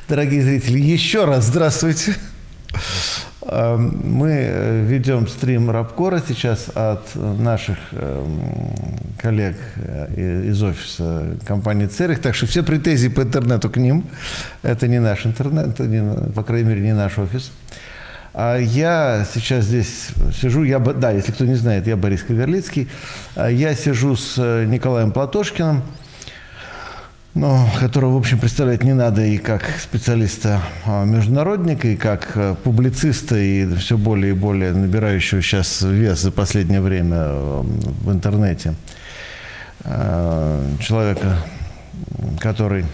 Дорогие зрители, еще раз здравствуйте. Мы ведем стрим Рабкора сейчас от наших коллег из офиса компании Церих. Так что все претензии по интернету к ним. Это не наш интернет, это не, по крайней мере, не наш офис. Я сейчас здесь сижу, если кто не знает, я Борис Кагарлицкий. Я сижу с Николаем Платошкиным, которого, в общем, представлять не надо и как специалиста-международника, и как публициста, и все более и более набирающего сейчас вес за последнее время в интернете. Человека, который,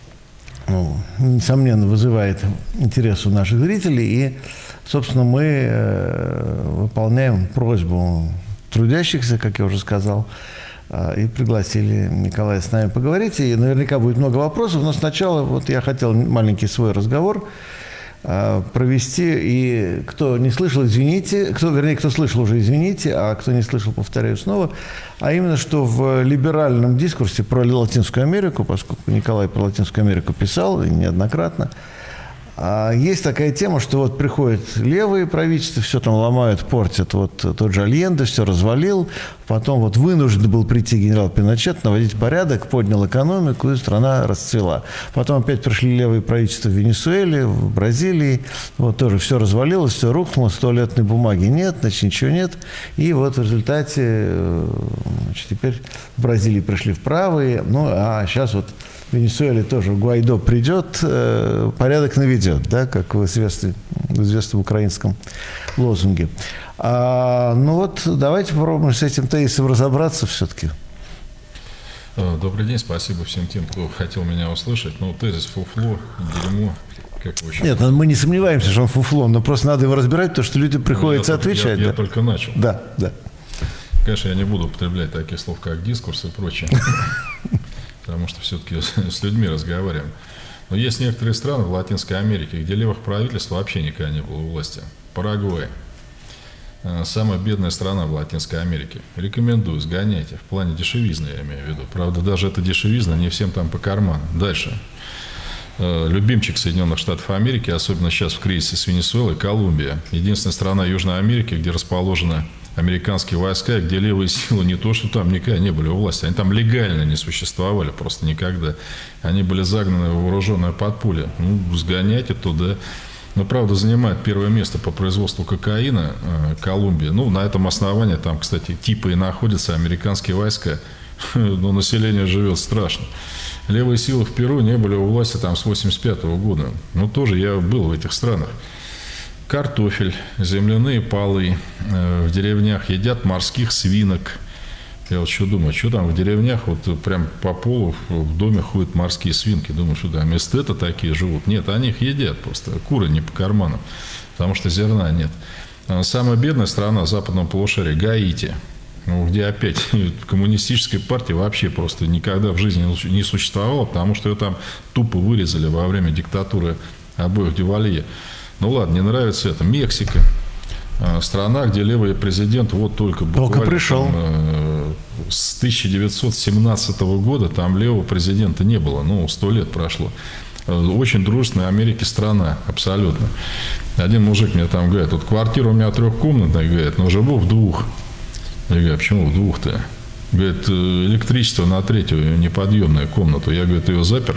несомненно, вызывает интерес у наших зрителей. И, собственно, мы выполняем просьбу трудящихся, как я уже сказал, и пригласили Николая с нами поговорить. И наверняка будет много вопросов, но сначала я хотел маленький свой разговор провести. И кто не слышал, извините. Кто слышал уже, извините, а кто не слышал, повторяю снова. А именно, что в либеральном дискурсе про Латинскую Америку, поскольку Николай про Латинскую Америку писал и неоднократно, есть такая тема, что приходят левые правительства, все там ломают, портят. Тот же Альенде все развалил. Потом вынужден был прийти генерал Пиночет, наводить порядок, поднял экономику, и страна расцвела. Потом опять пришли левые правительства в Венесуэле, в Бразилии. Тоже все развалилось, все рухнуло, туалетной бумаги нет, ничего нет. И в результате теперь в Бразилии пришли в правые. А сейчас в Венесуэле тоже Гуайдо придет, порядок наведет, да, как в известном украинском лозунге. Давайте попробуем с этим тезисом разобраться все-таки. Добрый день, спасибо всем тем, кто хотел меня услышать. Тезис фуфло, дерьмо. Нет, мы не сомневаемся, что он фуфло, но просто надо его разбирать, потому что людям приходится отвечать. Я только начал. Да. Конечно, я не буду употреблять таких слов, как дискурс и прочее, потому что все-таки с людьми разговариваем. Но есть некоторые страны в Латинской Америке, где левых правительств вообще никогда не было у власти. Парагвай. Самая бедная страна в Латинской Америке. Рекомендую, сгоняйте. В плане дешевизны, я имею в виду. Правда, даже эта дешевизна не всем там по карману. Дальше. Любимчик Соединенных Штатов Америки, особенно сейчас в кризисе с Венесуэлой, Колумбия. Единственная страна Южной Америки, где расположены американские войска, где левые силы не то, что там никогда не были у власти. Они там легально не существовали просто никогда. Они были загнаны в вооруженное подполье. Сгоняйте туда. Но, правда, занимает первое место по производству кокаина Колумбия. На этом основании там, кстати, и находятся американские войска. Но население живет страшно. Левые силы в Перу не были у власти там с 1985 года. Тоже я был в этих странах. Картофель, земляные полы. В деревнях едят морских свинок. Я что думаю, что там в деревнях, прям по полу в доме ходят морские свинки. Думаю, что там эстеты такие живут. Нет, они их едят просто. Куры не по карманам, потому что зерна нет. Самая бедная страна западного полушария – Гаити, где опять коммунистическая партия вообще просто никогда в жизни не существовала, потому что ее там тупо вырезали во время диктатуры обоих Дювалье. Ладно, не нравится это. Мексика. Страна, где левый президент только пришел. С 1917 года там левого президента не было. 100 лет прошло. Очень дружественная Америке страна, абсолютно. Один мужик мне там говорит, квартира у меня трехкомнатная, говорит, но живу в двух. Я говорю, а почему в двух-то? Говорит, электричество на третью неподъемную комнату. Я, говорю, ты ее запер?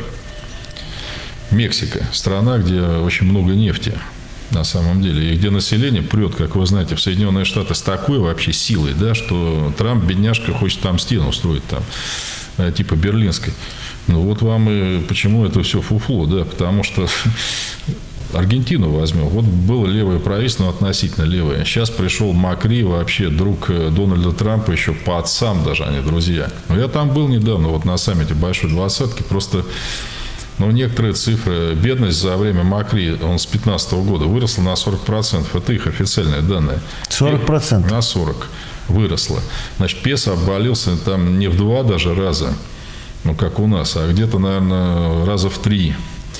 Мексика. Страна, где очень много нефти. На самом деле, и где население прет, как вы знаете, в Соединенные Штаты с такой вообще силой, да, что Трамп, бедняжка, хочет там стену строить, там, типа берлинской. Вам и почему это все фуфло, да, потому что Аргентину возьмем. Было левое правительство, относительно левое. Сейчас пришел Макри, вообще друг Дональда Трампа, еще по отцам даже, они друзья. Я там был недавно, на саммите Большой Двадцатки, просто... некоторые цифры. Бедность за время Макри, он с 2015 года выросла на 40%. Это их официальные данные. 40%? На 40% выросла. Значит, песо обвалился там не в 2 даже раза, как у нас, а где-то, наверное, раза в 3.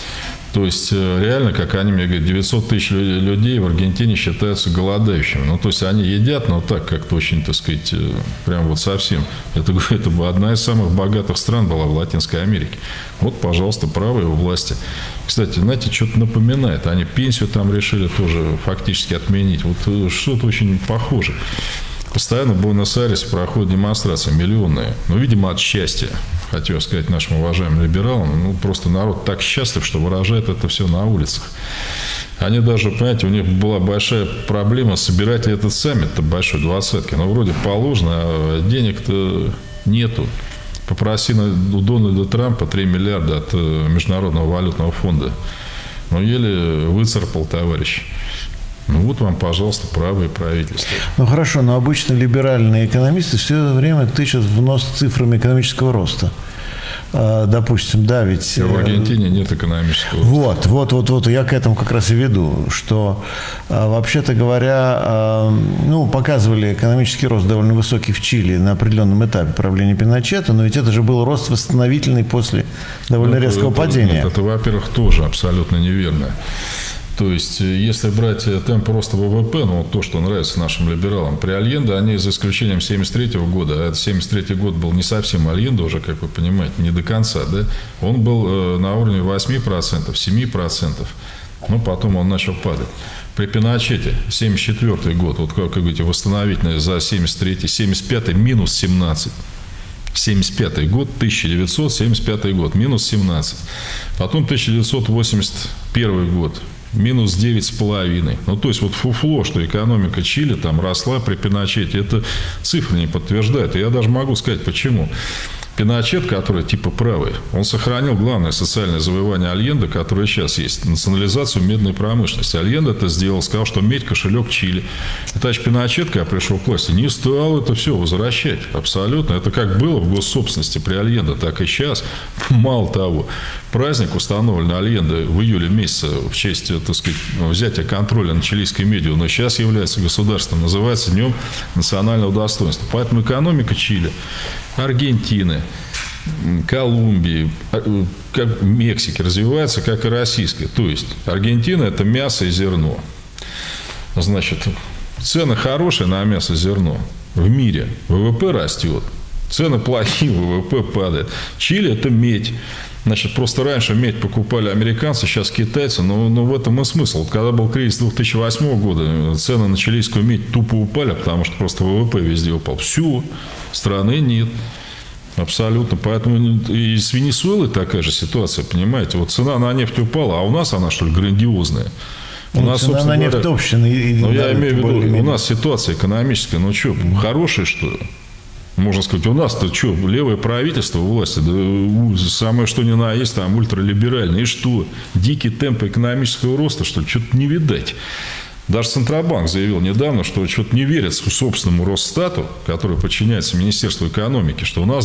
То есть, реально, как они мне говорят, 900 тысяч людей в Аргентине считаются голодающими. Ну, то есть, они едят, но так как-то очень, так сказать, прям вот совсем. Это бы одна из самых богатых стран была в Латинской Америке. Вот, пожалуйста, правые власти. Кстати, знаете, что-то напоминает. Они пенсию там решили тоже фактически отменить. Вот что-то очень похоже. Постоянно в Буэнос-Айресе проходят демонстрации миллионные. Ну, видимо, от счастья. Хотел сказать нашим уважаемым либералам. Ну, просто народ так счастлив, что выражает это все на улицах. Они даже, понимаете, у них была большая проблема, собирать ли этот саммит-то большой, двадцатки. Ну, вроде положено, а денег-то нету. Попроси у Дональда Трампа 3 миллиарда от Международного валютного фонда. Ну, еле выцарпал товарищ. Ну, вот вам, пожалуйста, правое правительство. Ну, хорошо, но обычно либеральные экономисты все время тычут в нос цифрами экономического роста. Допустим, да, ведь... В Аргентине нет экономического роста. Вот, я к этому как раз и веду, что, вообще-то говоря, ну, показывали экономический рост довольно высокий в Чили на определенном этапе правления Пиночета, но ведь это же был рост восстановительный после довольно резкого падения. Это, во-первых, тоже абсолютно неверно. То есть, если брать темп роста ВВП, ну, то, что нравится нашим либералам, при Альенде, они за исключением 1973 года, а 1973 год был не совсем Альенде уже, как вы понимаете, не до конца, да, он был на уровне 8%, 7%, но потом он начал падать. При Пиночете 1974 год, вот как вы говорите, восстановительный за 1973, 1975 минус 17. 1975 год, 1975 год, минус 17. Потом 1981 год. Минус 9,5. Ну, то есть, вот фуфло, что экономика Чили там росла при Пиночете, это цифры не подтверждают. И я даже могу сказать, почему. Пиночет, который типа правый, он сохранил главное социальное завоевание Альенде, которое сейчас есть, национализацию медной промышленности. Альенде это сделал, сказал, что медь – кошелек Чили. И товарищ Пиночет, когда пришел к власти, не стал это все возвращать. Абсолютно. Это как было в госсобственности при Альенде, так и сейчас. Мало того, праздник, установленный Альенде в июле месяце в честь, так сказать, взятия контроля над чилийской медью, но сейчас является государством, называется Днем национального достоинства. Поэтому экономика Чили, Аргентины, Колумбии, как Мексики развивается, как и российская. То есть Аргентина – это мясо и зерно. Значит, цены хорошие на мясо и зерно в мире. ВВП растет. Цены плохие, ВВП падает. Чили – это медь. Значит, просто раньше медь покупали американцы, сейчас китайцы. Но в этом и смысл. Вот когда был кризис 2008 года, цены на чилийскую медь тупо упали, потому что просто ВВП везде упал. Все, страны нет. Абсолютно. Поэтому и с Венесуэлой такая же ситуация, понимаете. Вот цена на нефть упала, а у нас она, что ли, грандиозная. У нас, цена на нефть общая. Ну, я имею в виду, у нас ситуация экономическая. Ну, что, хорошая, что ли? Можно сказать, у нас-то что, левое правительство у власти, да, самое что ни на есть, там ультралиберальное. И что? Дикий темп экономического роста, что ли? Что-то не видать. Даже Центробанк заявил недавно, что что-то не верит собственному Росстату, который подчиняется Министерству экономики, что у нас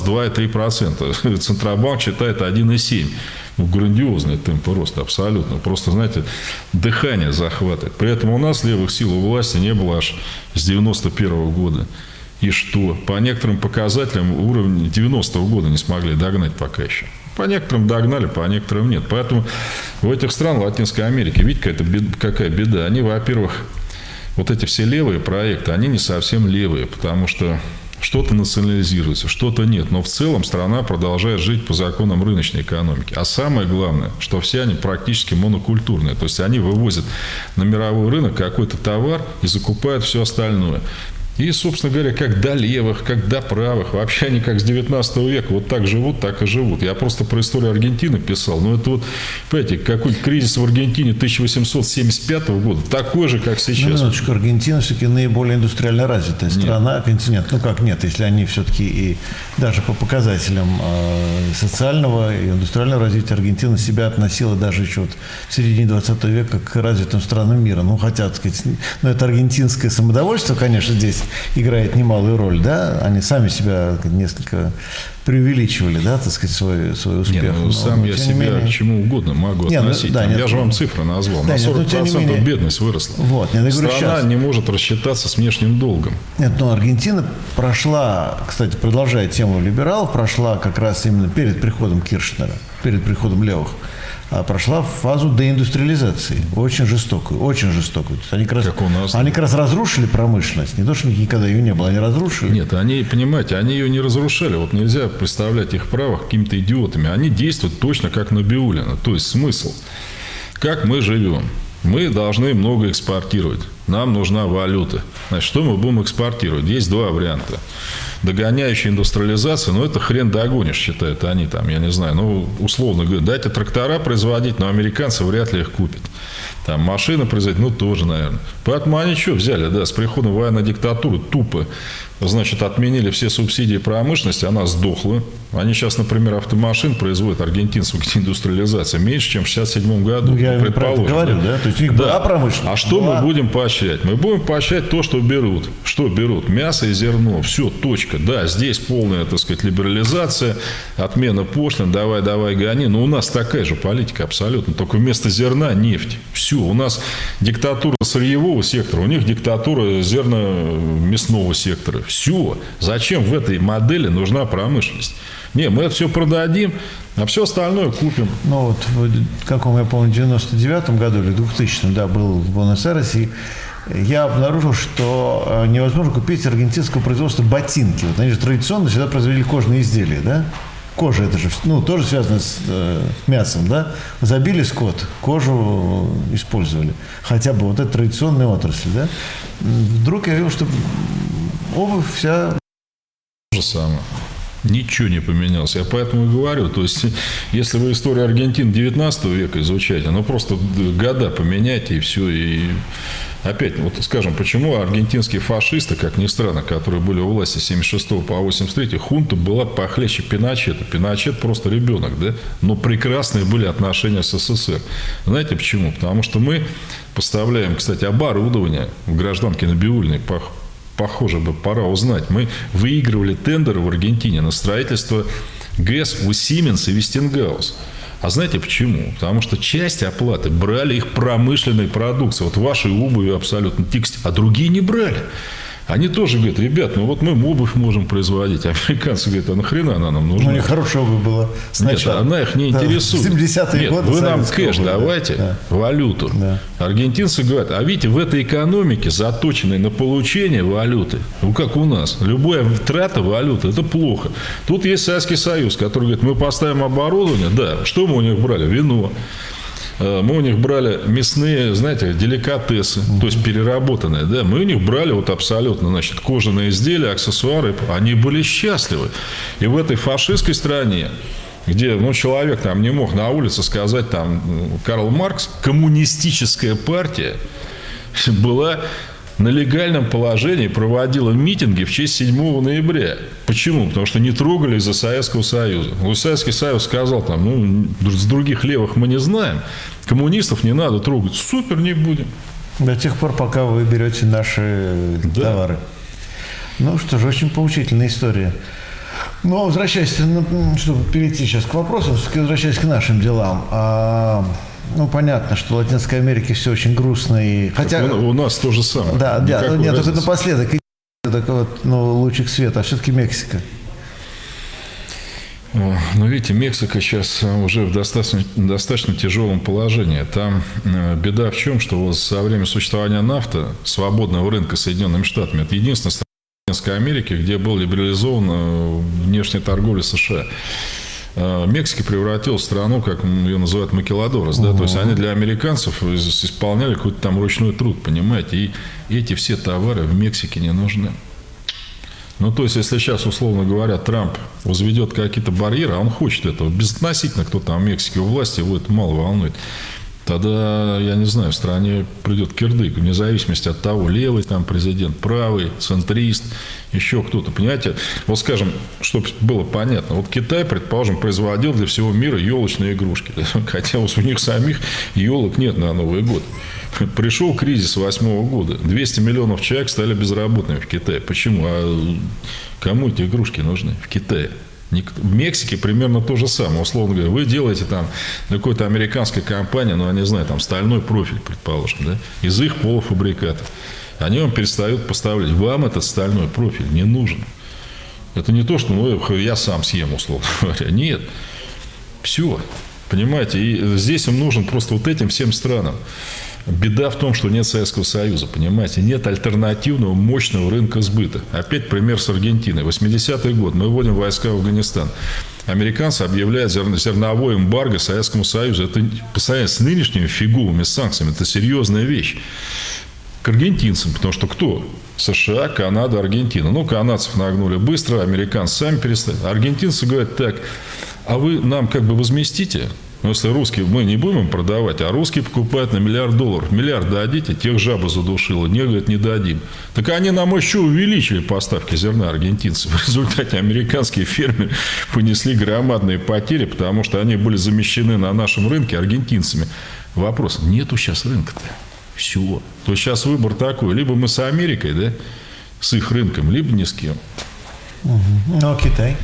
2,3%. Центробанк считает 1,7%. Ну, грандиозный темп роста, абсолютно. Просто, знаете, дыхание захватывает. При этом у нас левых сил у власти не было аж с 91 года. И что? По некоторым показателям уровень 90-го года не смогли догнать пока еще. По некоторым догнали, по некоторым нет. Поэтому в этих странах Латинской Америки, видите, какая беда. Они, во-первых, вот эти все левые проекты, они не совсем левые, потому что что-то национализируется, что-то нет. Но в целом страна продолжает жить по законам рыночной экономики. А самое главное, что все они практически монокультурные. То есть они вывозят на мировой рынок какой-то товар и закупают все остальное. И, собственно говоря, как до левых, как до правых. Вообще они как с 19 века вот так живут, так и живут. Я просто про историю Аргентины писал. Но это вот, понимаете, какой кризис в Аргентине 1875 года, такой же, как сейчас. Ну, минуточку, Аргентина все-таки наиболее индустриально развитая страна, континент. Ну, как нет, если они все-таки и даже по показателям социального и индустриального развития Аргентина себя относила даже еще вот в середине 20 века к развитым странам мира. Ну, хотя, так сказать, ну, это аргентинское самодовольство, конечно, здесь играет немалую роль, да, они сами себя несколько преувеличивали, да, так сказать, свой успех. Нет, ну, сам я себя к чему угодно могу относить. Я же вам цифры назвал. На 40% бедность выросла. Вот, я говорю, страна не может рассчитаться с внешним долгом. Нет, но Аргентина прошла, кстати, продолжая тему либералов, прошла как раз именно перед приходом Киршнера, перед приходом левых, прошла фазу деиндустриализации, очень жестокую, очень жестокую. То есть они Как у нас. они как раз разрушили промышленность, не то, что никогда ее не было, они разрушили. Нет, они, понимаете, они ее не разрушали. Вот нельзя представлять их право какими-то идиотами. Они действуют точно как Набиуллина. То есть смысл. Как мы живем? Мы должны много экспортировать. Нам нужна валюта. Значит, что мы будем экспортировать? Есть два варианта. Догоняющая индустриализация, ну, это хрен догонишь, считают они там, я не знаю. Ну, условно говоря, дайте трактора производить, но американцы вряд ли их купят. Там машины производить, ну, тоже, наверное. Поэтому они что взяли, да, с приходом военной диктатуры тупо, значит, отменили все субсидии промышленности, она сдохла. Они сейчас, например, автомашин производят аргентинцев к индустриализации меньше, чем в 1967 году. Ну, я про это говорю, да? То есть у них была промышленность. А что мы будем поощрять? Мы будем поощрять то, что берут. Что берут? Мясо и зерно. Все, точка. Да, здесь полная, так сказать, либерализация, отмена пошлин, давай, гони. Но у нас такая же политика абсолютно. Только вместо зерна нефть. Все. У нас диктатура сырьевого сектора, у них диктатура зерно-мясного сектора. Все. Зачем в этой модели нужна промышленность? Не, мы это все продадим, а все остальное купим. Ну вот, в каком, я помню, 99-м году или 2000-м, да, был в Буэнос-Айресе, я обнаружил, что невозможно купить аргентинского производства ботинки. Вот они же традиционно всегда производили кожные изделия, да? Кожа, это же, ну, тоже связано с мясом, да? Забили скот, кожу использовали. Хотя бы вот это традиционная отрасль, да? Вдруг я видел, что обувь вся... То же самое. Ничего не поменялось. Я поэтому и говорю, то есть, если вы историю Аргентины 19 века изучаете, ну, просто года поменяйте, и все. И опять, вот скажем, почему аргентинские фашисты, как ни странно, которые были у власти с 76 по 83, хунта была похлеще Пиночета. Пиночет просто ребенок, да? Но прекрасные были отношения с СССР. Знаете почему? Потому что мы поставляем, кстати, оборудование в гражданке Набиуллиной, похоже бы, пора узнать. Мы выигрывали тендеры в Аргентине на строительство ГЭС у Siemens и Westinghouse. А знаете почему? Потому что часть оплаты брали их промышленной продукции. Вот вашей обуви абсолютно текстиль. А другие не брали. Они тоже говорят, ребят, ну вот мы обувь можем производить. Американцы говорят, а нахрена она нам нужна? Ну, у них хорошая обувь была сначала. Нет, она их не интересует. В 70-е Нет, годы вы нам кэш обувь, давайте, да. валюту. Да. Аргентинцы говорят, а видите, в этой экономике, заточенной на получение валюты, ну как у нас, любая трата валюты, это плохо. Тут есть Советский Союз, который говорит, мы поставим оборудование, да, что мы у них брали? Вино. Мы у них брали мясные, знаете, деликатесы, то есть переработанные, да, мы у них брали вот абсолютно, значит, кожаные изделия, аксессуары, они были счастливы. И в этой фашистской стране, где, ну, человек там не мог на улице сказать, там, Карл Маркс, коммунистическая партия была на легальном положении, проводила митинги в честь 7 ноября. Почему? Потому что не трогали из-за Советского Союза. Советский Союз сказал, там, ну, с других левых мы не знаем, коммунистов не надо трогать. Супер, не будем. До тех пор, пока вы берете наши товары. Ну что же, очень поучительная история. Но возвращаясь, чтобы перейти сейчас к вопросам, возвращаясь к нашим делам. Ну, понятно, что в Латинской Америке все очень грустно. И... Хотя... У нас то же самое. Да, нет, только напоследок, такой вот, ну, лучик света, а все-таки Мексика. Ну, видите, Мексика сейчас уже в достаточно тяжелом положении. Там беда в чем, что вот со времени существования нафта, свободного рынка Соединенными Штатами, это единственная страна Латинской Америки, где был либерализован внешняя торговля США. Мексика превратилась в страну, как ее называют, макиладорос, да, то есть они для американцев исполняли какой-то там ручной труд, понимаете, и эти все товары в Мексике не нужны. Ну, то есть, если сейчас, условно говоря, Трамп возведет какие-то барьеры, а он хочет этого, безотносительно, кто там в Мексике у власти, его это мало волнует, тогда, я не знаю, в стране придет кирдык, вне зависимости от того, левый там президент, правый, центрист, еще кто-то, понимаете. Вот, скажем, чтобы было понятно, вот Китай, предположим, производил для всего мира елочные игрушки, хотя у них самих елок нет на Новый год. Пришел кризис 2008 года, 200 миллионов человек стали безработными в Китае. Почему? А кому эти игрушки нужны в Китае? В Мексике примерно то же самое. Условно говоря, вы делаете там какой-то американской компании, ну, я не знаю, там стальной профиль, предположим, да, из их полуфабрикатов. Они вам перестают поставлять. Вам этот стальной профиль не нужен. Это не то, что, ну, я сам съем, условно говоря. Нет. Все. Понимаете? И здесь им нужен просто вот этим всем странам. Беда в том, что нет Советского Союза, понимаете? Нет альтернативного мощного рынка сбыта. Опять пример с Аргентиной. 80-й год. Мы вводим войска в Афганистан. Американцы объявляют зерновой эмбарго Советскому Союзу. Это по сравнению с нынешними фиговыми санкциями. Это серьезная вещь. К аргентинцам. Потому что кто? США, Канада, Аргентина. Ну, канадцев нагнули быстро, американцы сами перестали. Аргентинцы говорят: так, а вы нам как бы возместите? Но если русские, мы не будем им продавать, а русские покупают на $1 миллиард. Миллиард дадите, тех жаба задушила. Не, говорят, не дадим. Так они нам еще увеличили поставки зерна, аргентинцев. В результате американские фермеры понесли громадные потери, потому что они были замещены на нашем рынке аргентинцами. Вопрос: нету сейчас рынка-то. Все. То сейчас выбор такой: либо мы с Америкой, да, с их рынком, либо ни с кем. Ну, а Китай?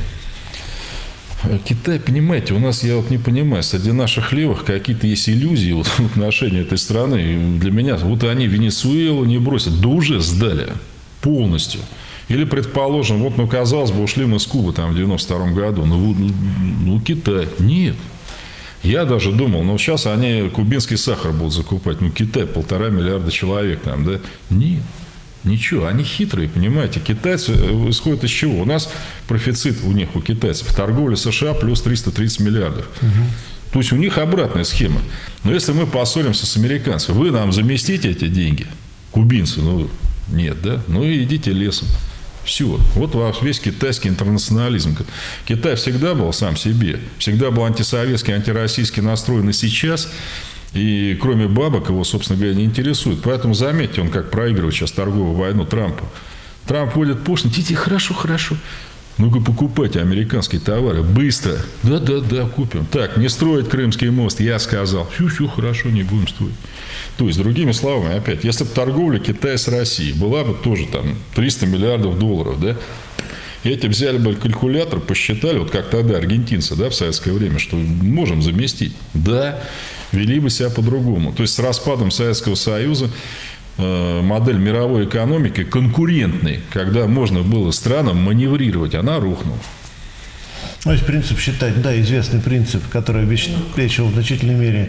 Китай, понимаете, у нас, я вот не понимаю, среди наших левых какие-то есть иллюзии вот, в отношении этой страны. И для меня, вот они Венесуэлу не бросят, да уже сдали полностью. Или, предположим, вот, ну, казалось бы, ушли мы с Кубы там в 92-м году. Ну, Китай. Нет. Я даже думал, ну, сейчас они кубинский сахар будут закупать. Ну, Китай, 1,5 миллиарда человек там, да? Нет. Ничего, они хитрые, понимаете. Китайцы исходят из чего? У нас профицит у них, у китайцев, торговля США плюс 330 миллиардов. То есть у них обратная схема. Но если мы поссоримся с американцами, вы нам заместите эти деньги, кубинцы, ну нет, да? Ну и идите лесом. Все. Вот весь китайский интернационализм. Китай всегда был сам себе, всегда был антисоветский, антироссийский настроен и сейчас. И кроме бабок его, собственно говоря, не интересует. Поэтому заметьте, он как проигрывает сейчас торговую войну Трампу. Трамп вводит пошлины. Тите, хорошо. Ну-ка, покупайте американские товары. Быстро. Да, купим. Так, не строить Крымский мост, я сказал. Все, хорошо, не будем строить. То есть, другими словами, опять, если бы торговля Китая с Россией была бы тоже там 300 миллиардов долларов, да, эти взяли бы калькулятор, посчитали, вот как тогда аргентинцы, да, в советское время, что можем заместить. Да, вели бы себя по-другому. То есть, с распадом Советского Союза модель мировой экономики конкурентной, когда можно было странам маневрировать, она рухнула. То есть принцип считать, да, известный принцип, который обеспечивал в значительной мере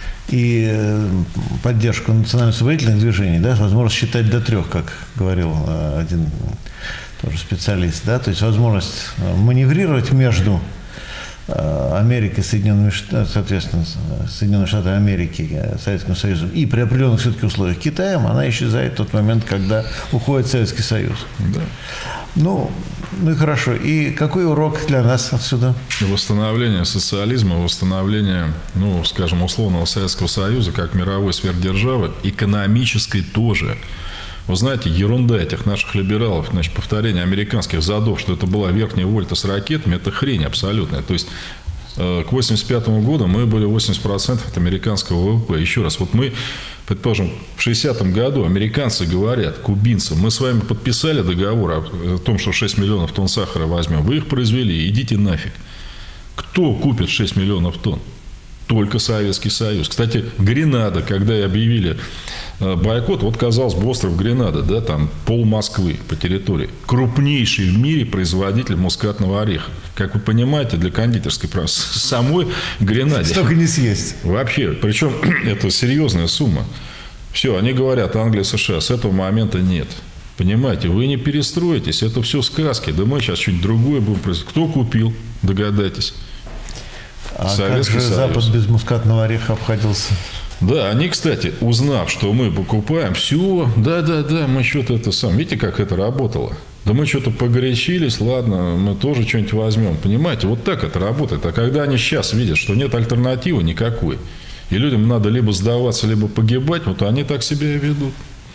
и поддержку национально-освободительных движений, да, возможность считать до 3, как говорил один тоже специалист, да, то есть возможность маневрировать между Америкой, соответственно, Соединенные Штаты Америки, Советским Союзом и при определенных все-таки условиях Китаем, она исчезает в тот момент, когда уходит Советский Союз. Да. Ну и хорошо. И какой урок для нас отсюда? Восстановление социализма, восстановление, ну, скажем, условного Советского Союза как мировой сверхдержавы, экономической тоже. Вы знаете, ерунда этих наших либералов, значит, повторение американских задов, что это была верхняя вольта с ракетами, это хрень абсолютная. То есть, к 1985 году мы были 80% от американского ВВП. Еще раз, вот мы, предположим, в 1960 году американцы говорят кубинцам: мы с вами подписали договор о том, что 6 миллионов тонн сахара возьмем, вы их произвели, идите нафиг. Кто купит 6 миллионов тонн? Только Советский Союз. Кстати, Гренада, когда и объявили бойкот, вот, казалось бы, остров Гренада, да, там пол Москвы по территории. Крупнейший в мире производитель мускатного ореха. Как вы понимаете, для кондитерской самой Гренаде. Столько не съесть. Вообще. Причем это серьезная сумма. Все, они говорят: Англия, США, с этого момента нет. Понимаете, вы не перестроитесь, это все сказки. Да мы сейчас что-нибудь другое будем производить. Кто купил? Догадайтесь. А Советский как же Союз. Запад без мускатного ореха обходился? Да, они, кстати, узнав, что мы покупаем, все, да, мы что-то это сам. Видите, как это работало? Да мы что-то погорячились, ладно, мы тоже что-нибудь возьмем. Понимаете, вот так это работает. А когда они сейчас видят, что нет альтернативы никакой, и людям надо либо сдаваться, либо погибать, вот они так себя и ведут.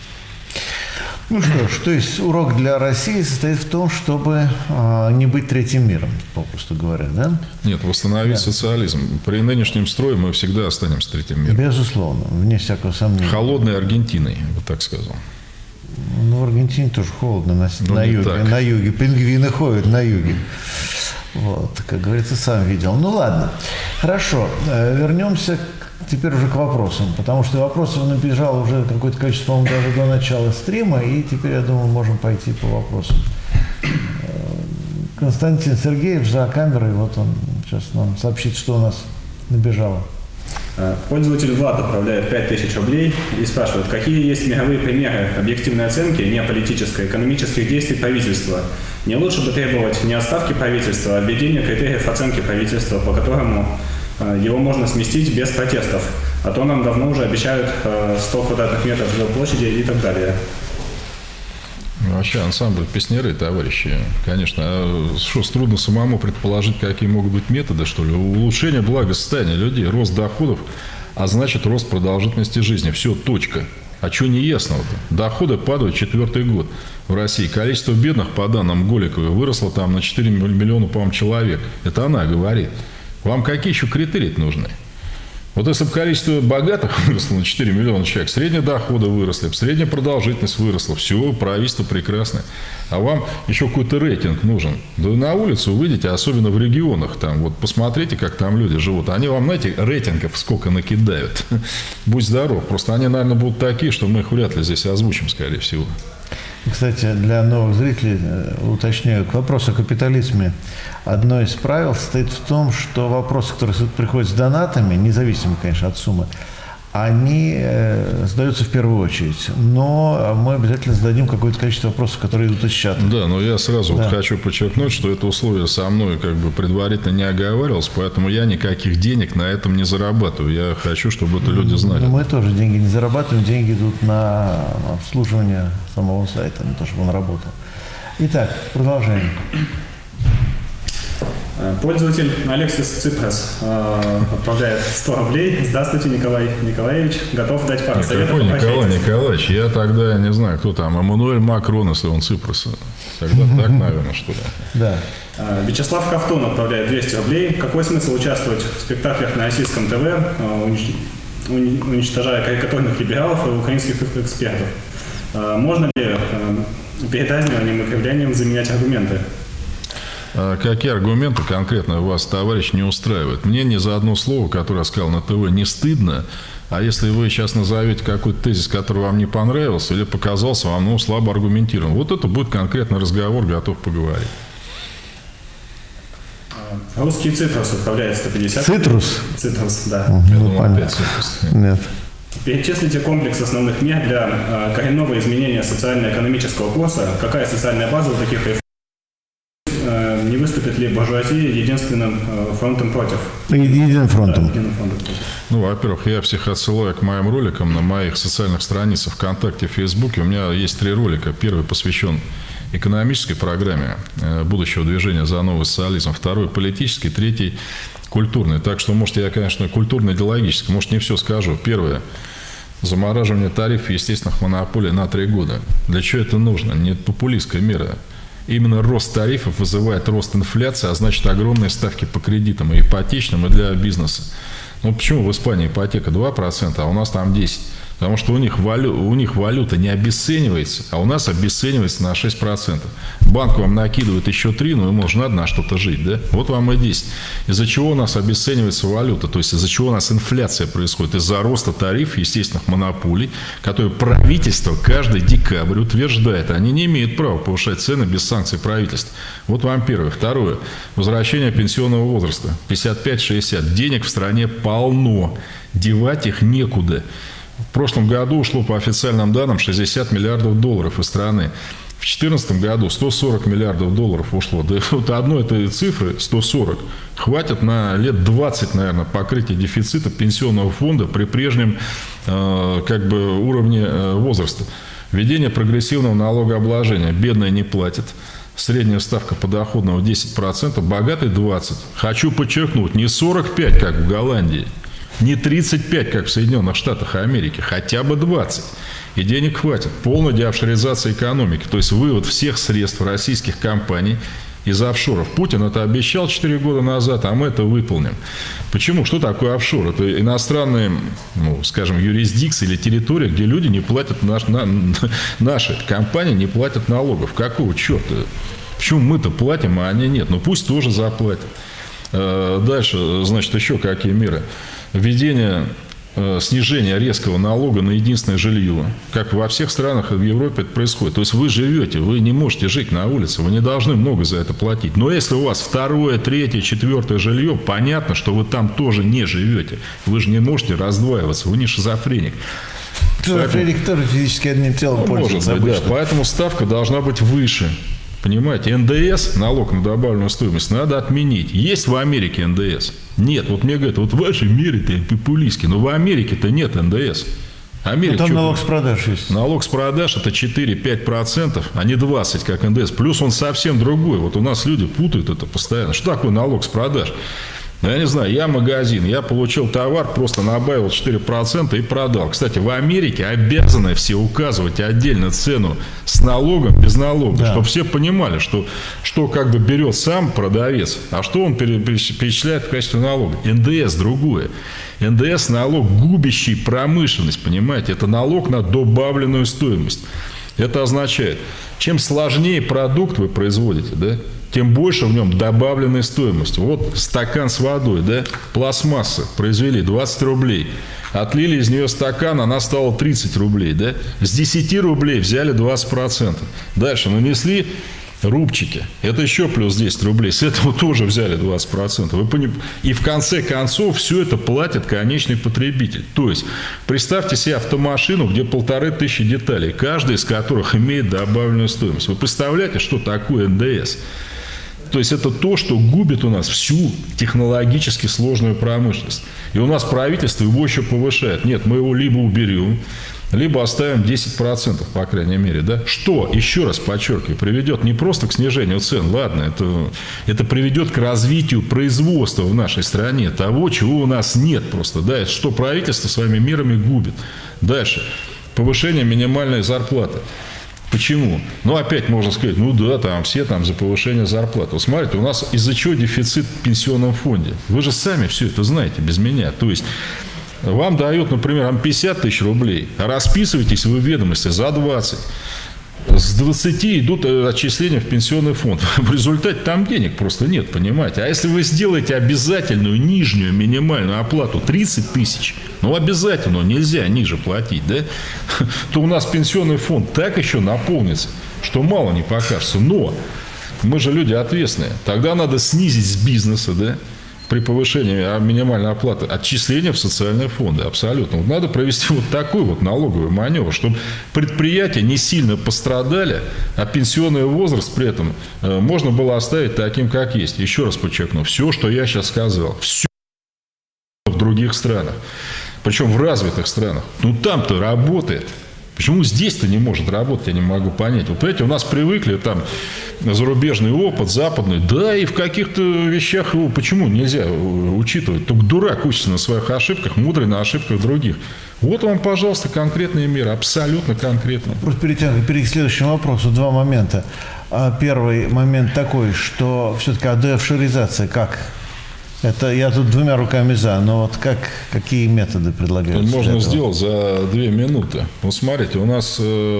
Ну что ж, то есть урок для России состоит в том, чтобы не быть третьим миром, попросту говоря, да? Нет, восстановить социализм. При нынешнем строе мы всегда останемся третьим миром. Безусловно, вне всякого сомнения. Холодной Аргентиной, я бы так сказал. Ну, в Аргентине тоже холодно на юге. На юге. Пингвины ходят на юге. Вот, как говорится, сам видел. Ну ладно, хорошо, вернемся теперь уже к вопросам, потому что вопросов набежало уже какое-то количество, по-моему, даже до начала стрима, и теперь, я думаю, можем пойти по вопросам. Константин Сергеев за камерой, вот он сейчас нам сообщит, что у нас набежало. Пользователь Влад отправляет 5000 рублей и спрашивает, какие есть мировые примеры объективной оценки не политической, экономических действий правительства. Не лучше бы требовать не отставки правительства, а введения критериев оценки правительства, по которому его можно сместить без протестов. А то нам давно уже обещают 100 квадратных метров жилплощади и так далее. Вообще ансамбль песняры, товарищи. Конечно, а что, трудно самому предположить, какие могут быть методы, что ли? Улучшение благосостояния людей, рост доходов, а значит рост продолжительности жизни. Все, точка. А что не ясного-то? Доходы падают 4-й год в России. Количество бедных, по данным Голиковой, выросло там на 4 миллиона, по-моему, человек. Это она говорит. Вам какие еще критерии нужны? Вот если бы количество богатых выросло на 4 миллиона человек, средние доходы выросли, средняя продолжительность выросла, все, правительство прекрасное. А вам еще какой-то рейтинг нужен. Да на улицу выйдите, особенно в регионах, там, вот посмотрите, как там люди живут. Они вам, знаете, рейтингов сколько накидают. Будь здоров. Просто они, наверное, будут такие, что мы их вряд ли здесь озвучим, скорее всего. Кстати, для новых зрителей уточняю, к вопросу о капитализме. Одно из правил состоит в том, что вопросы, которые приходят с донатами, независимо, конечно, от суммы, они задаются в первую очередь. Но мы обязательно зададим какое-то количество вопросов, которые идут из чата. Да, но я сразу вот хочу подчеркнуть, что это условие со мной как бы предварительно не оговаривалось, поэтому я никаких денег на этом не зарабатываю. Я хочу, чтобы это люди знали. Но мы тоже деньги не зарабатываем, деньги идут на обслуживание самого сайта, на то, чтобы он работал. Итак, продолжаем. Пользователь Алексис Ципрос отправляет 100 рублей. Здравствуйте, Николай Николаевич. Готов дать пару советов. Какой Николай Николаевич? Я тогда, не знаю, кто там, Эммануэль Макрон, если он Ципроса. Тогда так, наверное, что ли. Да. Вячеслав Ковтун отправляет 200 рублей. Какой смысл участвовать в спектаклях на российском ТВ, уничтожая карикатурных либералов и украинских экспертов? Можно ли передразниванием и кривлянием заменять аргументы? Какие аргументы конкретно вас, товарищ, не устраивают? Мне ни за одно слово, которое я сказал на ТВ, не стыдно. А если вы сейчас назовете какой-то тезис, который вам не понравился или показался вам слабо аргументирован, вот это будет конкретный разговор, готов поговорить. Русский цитрус отправляет 150. Цитрус? Цитрус, да. Я думал, опять цитрус. Нет. Перечислите комплекс основных мер для коренного изменения социально-экономического курса. Какая социальная база у таких реформ? Не выступит ли буржуазия единственным фронтом против? Единым фронтом. Ну, во-первых, я всех отсылаю к моим роликам на моих социальных страницах ВКонтакте, в Фейсбуке. У меня есть 3 ролика. Первый посвящен экономической программе будущего движения за новый социализм. Второй – политический. Третий – культурный. Так что, может, я, конечно, культурно-идеологически, может, не все скажу. Первое – замораживание тарифов естественных монополий на 3 года. Для чего это нужно? Не популистская мера. Именно рост тарифов вызывает рост инфляции, а значит огромные ставки по кредитам и ипотечным, и для бизнеса. Ну почему в Испании ипотека 2%, а у нас там 10%? Потому что у них валюта не обесценивается, а у нас обесценивается на 6%. Банк вам накидывает еще 3, но ему же надо на что-то жить, да? Вот вам и 10. Из-за чего у нас обесценивается валюта, то есть из-за чего у нас инфляция происходит? Из-за роста тарифов естественных монополий, которые правительство каждый декабрь утверждает. Они не имеют права повышать цены без санкций правительства. Вот вам первое. Второе. Возвращение пенсионного возраста. 55-60. Денег в стране полно. Девать их некуда. В прошлом году ушло, по официальным данным, 60 миллиардов долларов из страны. В 2014 году 140 миллиардов долларов ушло. Да вот одной этой цифры, 140, хватит на лет 20, наверное, покрытия дефицита пенсионного фонда при прежнем уровне возраста. Введение прогрессивного налогообложения. Бедные не платят. Средняя ставка подоходного 10%, богатый 20%. Хочу подчеркнуть, не 45, как в Голландии. Не 35, как в Соединенных Штатах Америки, хотя бы 20. И денег хватит. Полная деофшоризация экономики. То есть вывод всех средств российских компаний из офшоров. Путин это обещал 4 года назад, а мы это выполним. Почему? Что такое офшор? Это иностранные, юрисдикции или территории, где люди не платят, наши компании не платят налогов. Какого черта? Почему мы-то платим, а они нет? Ну пусть тоже заплатят. Дальше, еще какие меры? Введение снижение резкого налога на единственное жилье, как во всех странах в Европе это происходит. То есть вы живете, вы не можете жить на улице, вы не должны много за это платить. Но если у вас второе, третье, четвертое жилье, понятно, что вы там тоже не живете. Вы же не можете раздваиваться, вы не шизофреник. Шизофреник тоже физически одним телом пользуется. Может быть, да. Поэтому ставка должна быть выше. Понимаете, НДС, налог на добавленную стоимость, надо отменить. Есть в Америке НДС? Нет. Вот мне говорят, вот в вашей мире-то популистски, но в Америке-то нет НДС. Америка, там налог с продаж есть. Налог с продаж это 4-5%, а не 20%, как НДС. Плюс он совсем другой. Вот у нас люди путают это постоянно. Что такое налог с продаж? Ну, я не знаю, я магазин, я получил товар, просто набавил 4% и продал. Кстати, в Америке обязаны все указывать отдельно цену с налогом, без налога, да. Чтобы все понимали, что как бы берет сам продавец, а что он перечисляет в качестве налога. НДС другое. НДС – налог, губящий промышленность, понимаете? Это налог на добавленную стоимость. Это означает, чем сложнее продукт вы производите, да, тем больше в нем добавленной стоимости. Вот стакан с водой, да, пластмасса, произвели 20 рублей. Отлили из нее стакан, она стала 30 рублей. Да? С 10 рублей взяли 20%. Дальше нанесли рубчики. Это еще плюс 10 рублей. С этого тоже взяли 20%. И в конце концов все это платит конечный потребитель. То есть представьте себе автомашину, где 1500 деталей, каждая из которых имеет добавленную стоимость. Вы представляете, что такое НДС? То есть это то, что губит у нас всю технологически сложную промышленность. И у нас правительство его еще повышает. Нет, мы его либо уберем, либо оставим 10%, по крайней мере. Да? Что, еще раз подчеркиваю, приведет не просто к снижению цен. Ладно, это приведет к развитию производства в нашей стране. Того, чего у нас нет просто. Да? Это что правительство своими мерами губит. Дальше. Повышение минимальной зарплаты. Почему? Ну, опять можно сказать, ну да, там все там за повышение зарплаты. Вот смотрите, у нас из-за чего дефицит в пенсионном фонде? Вы же сами все это знаете без меня. То есть вам дают, например, 50 тысяч рублей, а расписываетесь вы в ведомости за 20. С 20 идут отчисления в пенсионный фонд. В результате там денег просто нет, понимаете. А если вы сделаете обязательную нижнюю минимальную оплату 30 тысяч, ну обязательно, нельзя ниже платить, да, то у нас пенсионный фонд так еще наполнится, что мало не покажется. Но мы же люди ответственные. Тогда надо снизить с бизнеса, да, при повышении минимальной оплаты отчисления в социальные фонды. Абсолютно. Вот надо провести вот такой вот налоговый маневр, чтобы предприятия не сильно пострадали, а пенсионный возраст при этом можно было оставить таким, как есть. Еще раз подчеркну, все, что я сейчас сказал, все в других странах, причем в развитых странах, ну там-то работает. Почему здесь-то не может работать, я не могу понять. Вот понимаете, у нас привыкли там зарубежный опыт, западный. Да, и в каких-то вещах его почему нельзя учитывать? Только дурак учится на своих ошибках, мудрый на ошибках других. Вот вам, пожалуйста, конкретные меры, абсолютно конкретные. Просто перейти к следующему вопросу. Два момента. Первый момент такой, что все-таки деофшоризация как? Это я тут двумя руками за, но вот какие методы предлагаются? Можно сделать за 2 минуты. Вот смотрите, у нас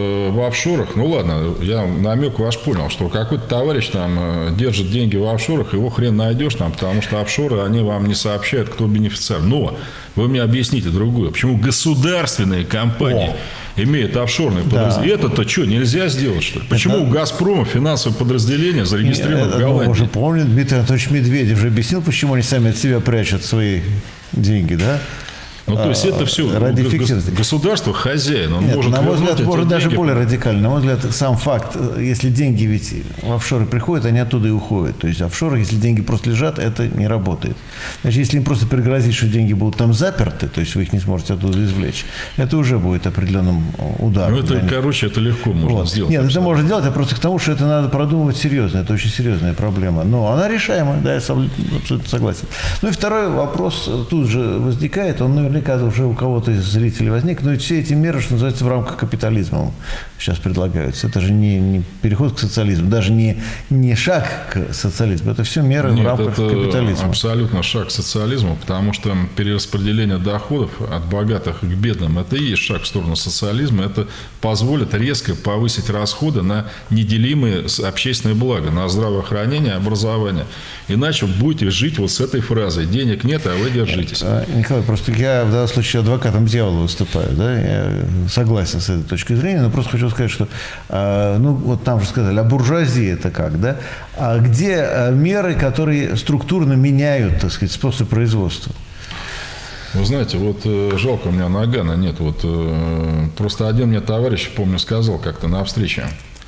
в офшорах, ну ладно, я намек ваш понял, что какой-то товарищ там держит деньги в офшорах, его хрен найдешь там, потому что офшоры, они вам не сообщают, кто бенефициар. Но вы мне объясните другое. Почему государственные компании имеют офшорные подразделения? Это-то что, нельзя сделать, что ли? Почему у «Газпрома» финансовое подразделение зарегистрировано в Голландии? Мы уже помним, Дмитрий Анатольевич Медведев же объяснил, почему они сами от себя прячут свои деньги, да? Ну, то есть это все государство хозяин, он Нет, может на мой взгляд, может даже деньги. более радикально. На мой взгляд, сам факт, если деньги ведь в офшоры приходят, они оттуда и уходят. То есть офшоры, если деньги просто лежат, это не работает. Значит, если им просто пригрозить, что деньги будут там заперты, то есть вы их не сможете оттуда извлечь, это уже будет определенным ударом. Ну, это, короче, это легко можно сделать. Нет, это можно сделать, а просто к тому, что это надо продумывать серьезно. Это очень серьезная проблема. Но она решаема, да, я абсолютно согласен. Ну и второй вопрос тут же возникает, он наверняка уже у кого-то из зрителей возник, но ведь все эти меры, что называется, в рамках капитализма сейчас предлагаются. Это же не переход к социализму, даже не шаг к социализму, это все меры в рамках капитализма. Абсолютно шаг к социализму, потому что перераспределение доходов от богатых к бедным, это и есть шаг в сторону социализма, это позволит резко повысить расходы на неделимые общественные блага, на здравоохранение, образование. Иначе будете жить вот с этой фразой: денег нет, а вы держитесь. Николай, просто я в данном случае адвокатом дьявола выступаю, да, я согласен с этой точкой зрения, но просто хочу сказать, что, ну, вот там же сказали, а буржуазия это как, да? А где меры, которые структурно меняют, так сказать, способ производства? Вы знаете, вот жалко, у меня Нагана нет. Вот просто один мне товарищ, помню, сказал как-то на встрече: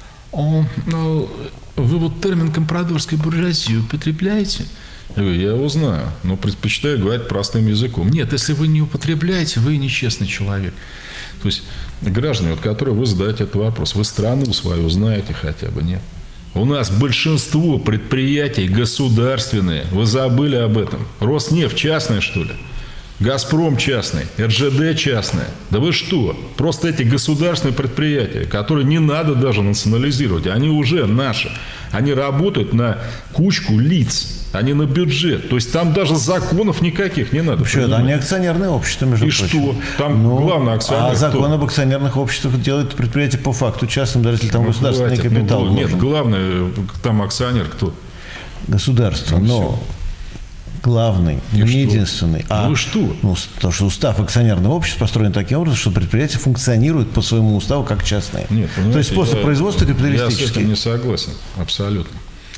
ну, вы вот термин компрадорской буржуазии употребляете? Я говорю, я его знаю, но предпочитаю говорить простым языком. Нет, если вы не употребляете, вы нечестный человек. То есть граждане, вот, которые вы задаете этот вопрос, вы страну свою знаете хотя бы, нет? У нас большинство предприятий государственные. Вы забыли об этом. Роснефть частная, что ли? Газпром частный, РЖД частная. Да вы что? Просто эти государственные предприятия, которые не надо даже национализировать, они уже наши. Они работают на кучку лиц, а не на бюджет. То есть там даже законов никаких не надо. Вообще, они акционерное общество, между и прочим. Что? Там главный акционер. А закон об акционерных обществах делает предприятие по факту частным, даже если там государственный капитал вложен. Нет, главный там акционер кто? Государство, но главный, И не что? единственный. Ну и что? Ну, то, что устав акционерного общества построен таким образом, что предприятие функционирует по своему уставу как частное. Нет, то есть способ производства Я с капиталистический. этим не согласен, абсолютно.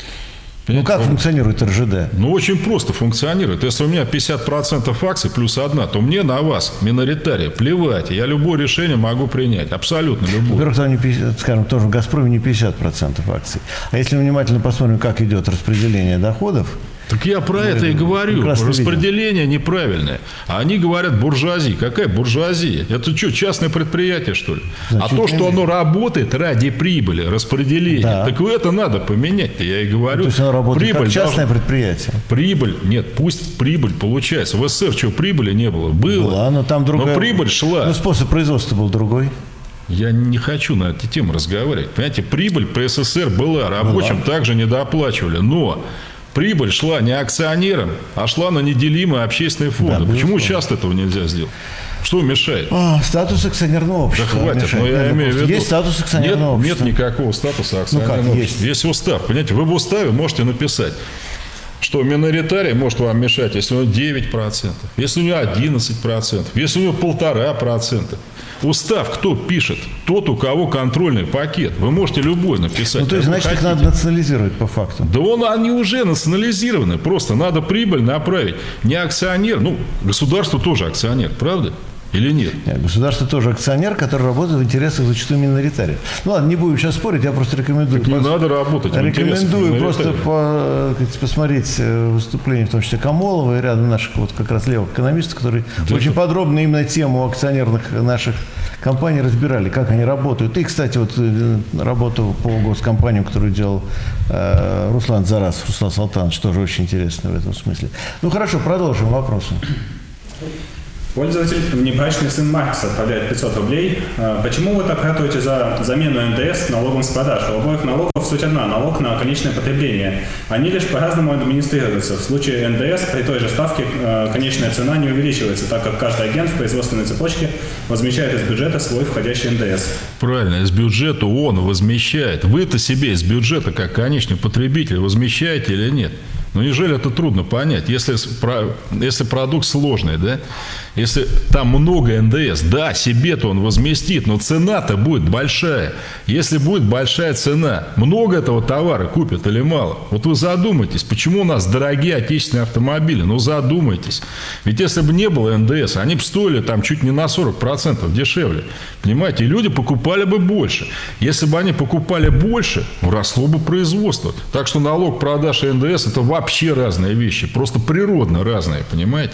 Ну как функционирует РЖД? Ну, очень просто функционирует. Если у меня 50% акций плюс одна, то мне на вас, миноритария, плевать. Я любое решение могу принять. Абсолютно любое. Во-первых, там, не 50, скажем, тоже в «Газпроме» не 50% акций. А если мы внимательно посмотрим, как идет распределение доходов, Так я про это и говорю. Распределение неправильное. А они говорят буржуазия. Какая буржуазия? Это что, частное предприятие, что ли? Значит, а то, что оно работает ради прибыли, распределения, да. Так это надо поменять-то, я и говорю. То есть оно работает прибыль как частное предприятие. Прибыль, нет, пусть прибыль получается. В СССР что, прибыли не было? Было. Но там другая... Но прибыль шла. Но способ производства был другой. Я не хочу на эти темы разговаривать. Понимаете, прибыль при СССР была, рабочим также недооплачивали. Но прибыль шла не акционерам, а шла на неделимые общественные фонды. Да, почему сейчас этого нельзя сделать? Что мешает? Статус акционерного Да общества. хватит, мешает. но я имею в виду. Есть статус акционерного нет, общества. Нет никакого статуса акционерного как, общества. Есть устав. Понимаете, вы в уставе можете написать, что миноритарий может вам мешать, если у него 9%, если у него 11%, если у него 1,5%. Устав кто пишет? Тот, у кого контрольный пакет. Вы можете любой написать. Ну, то есть, значит, их надо национализировать по факту. Да они уже национализированы. Просто надо прибыль направить. Не акционер. Ну, государство тоже акционер, правда? Или нет? Нет, государство тоже акционер, который работает в интересах зачастую миноритариев. Ну ладно, не будем сейчас спорить, я просто рекомендую. Так не надо работать в интересах Рекомендую просто миноритариев. посмотреть выступление, в том числе Камолова и рядом наших вот как раз левых экономистов, которые очень подробно именно тему акционерных наших компаний разбирали, как они работают. И, кстати, вот работу по госкомпаниям, которую делал Руслан Зарасов, Руслан Салтанович, тоже очень интересно в этом смысле. Ну хорошо, продолжим вопросы. Пользователь, внебрачный сын Маркса, отправляет 500 рублей. Почему вы так ратуете за замену НДС налогом с продаж? У обоих налогов суть одна – налог на конечное потребление. Они лишь по-разному администрируются. В случае НДС при той же ставке конечная цена не увеличивается, так как каждый агент в производственной цепочке возмещает из бюджета свой входящий ндс. Правильно, из бюджета он возмещает. Вы-то себе из бюджета, как конечный потребитель, возмещаете или нет? Ну, неужели это трудно понять? Если продукт сложный, да? Если там много НДС, да, себе-то он возместит, но цена-то будет большая. Если будет большая цена, много этого товара купят или мало? Вот вы задумайтесь, почему у нас дорогие отечественные автомобили? Ну, задумайтесь. Ведь если бы не было НДС, они бы стоили там чуть не на 40% дешевле. Понимаете? И люди покупали бы больше. Если бы они покупали больше, росло бы производство. Так что налог продаж и НДС – это вообще разные вещи. Просто природно разные, понимаете?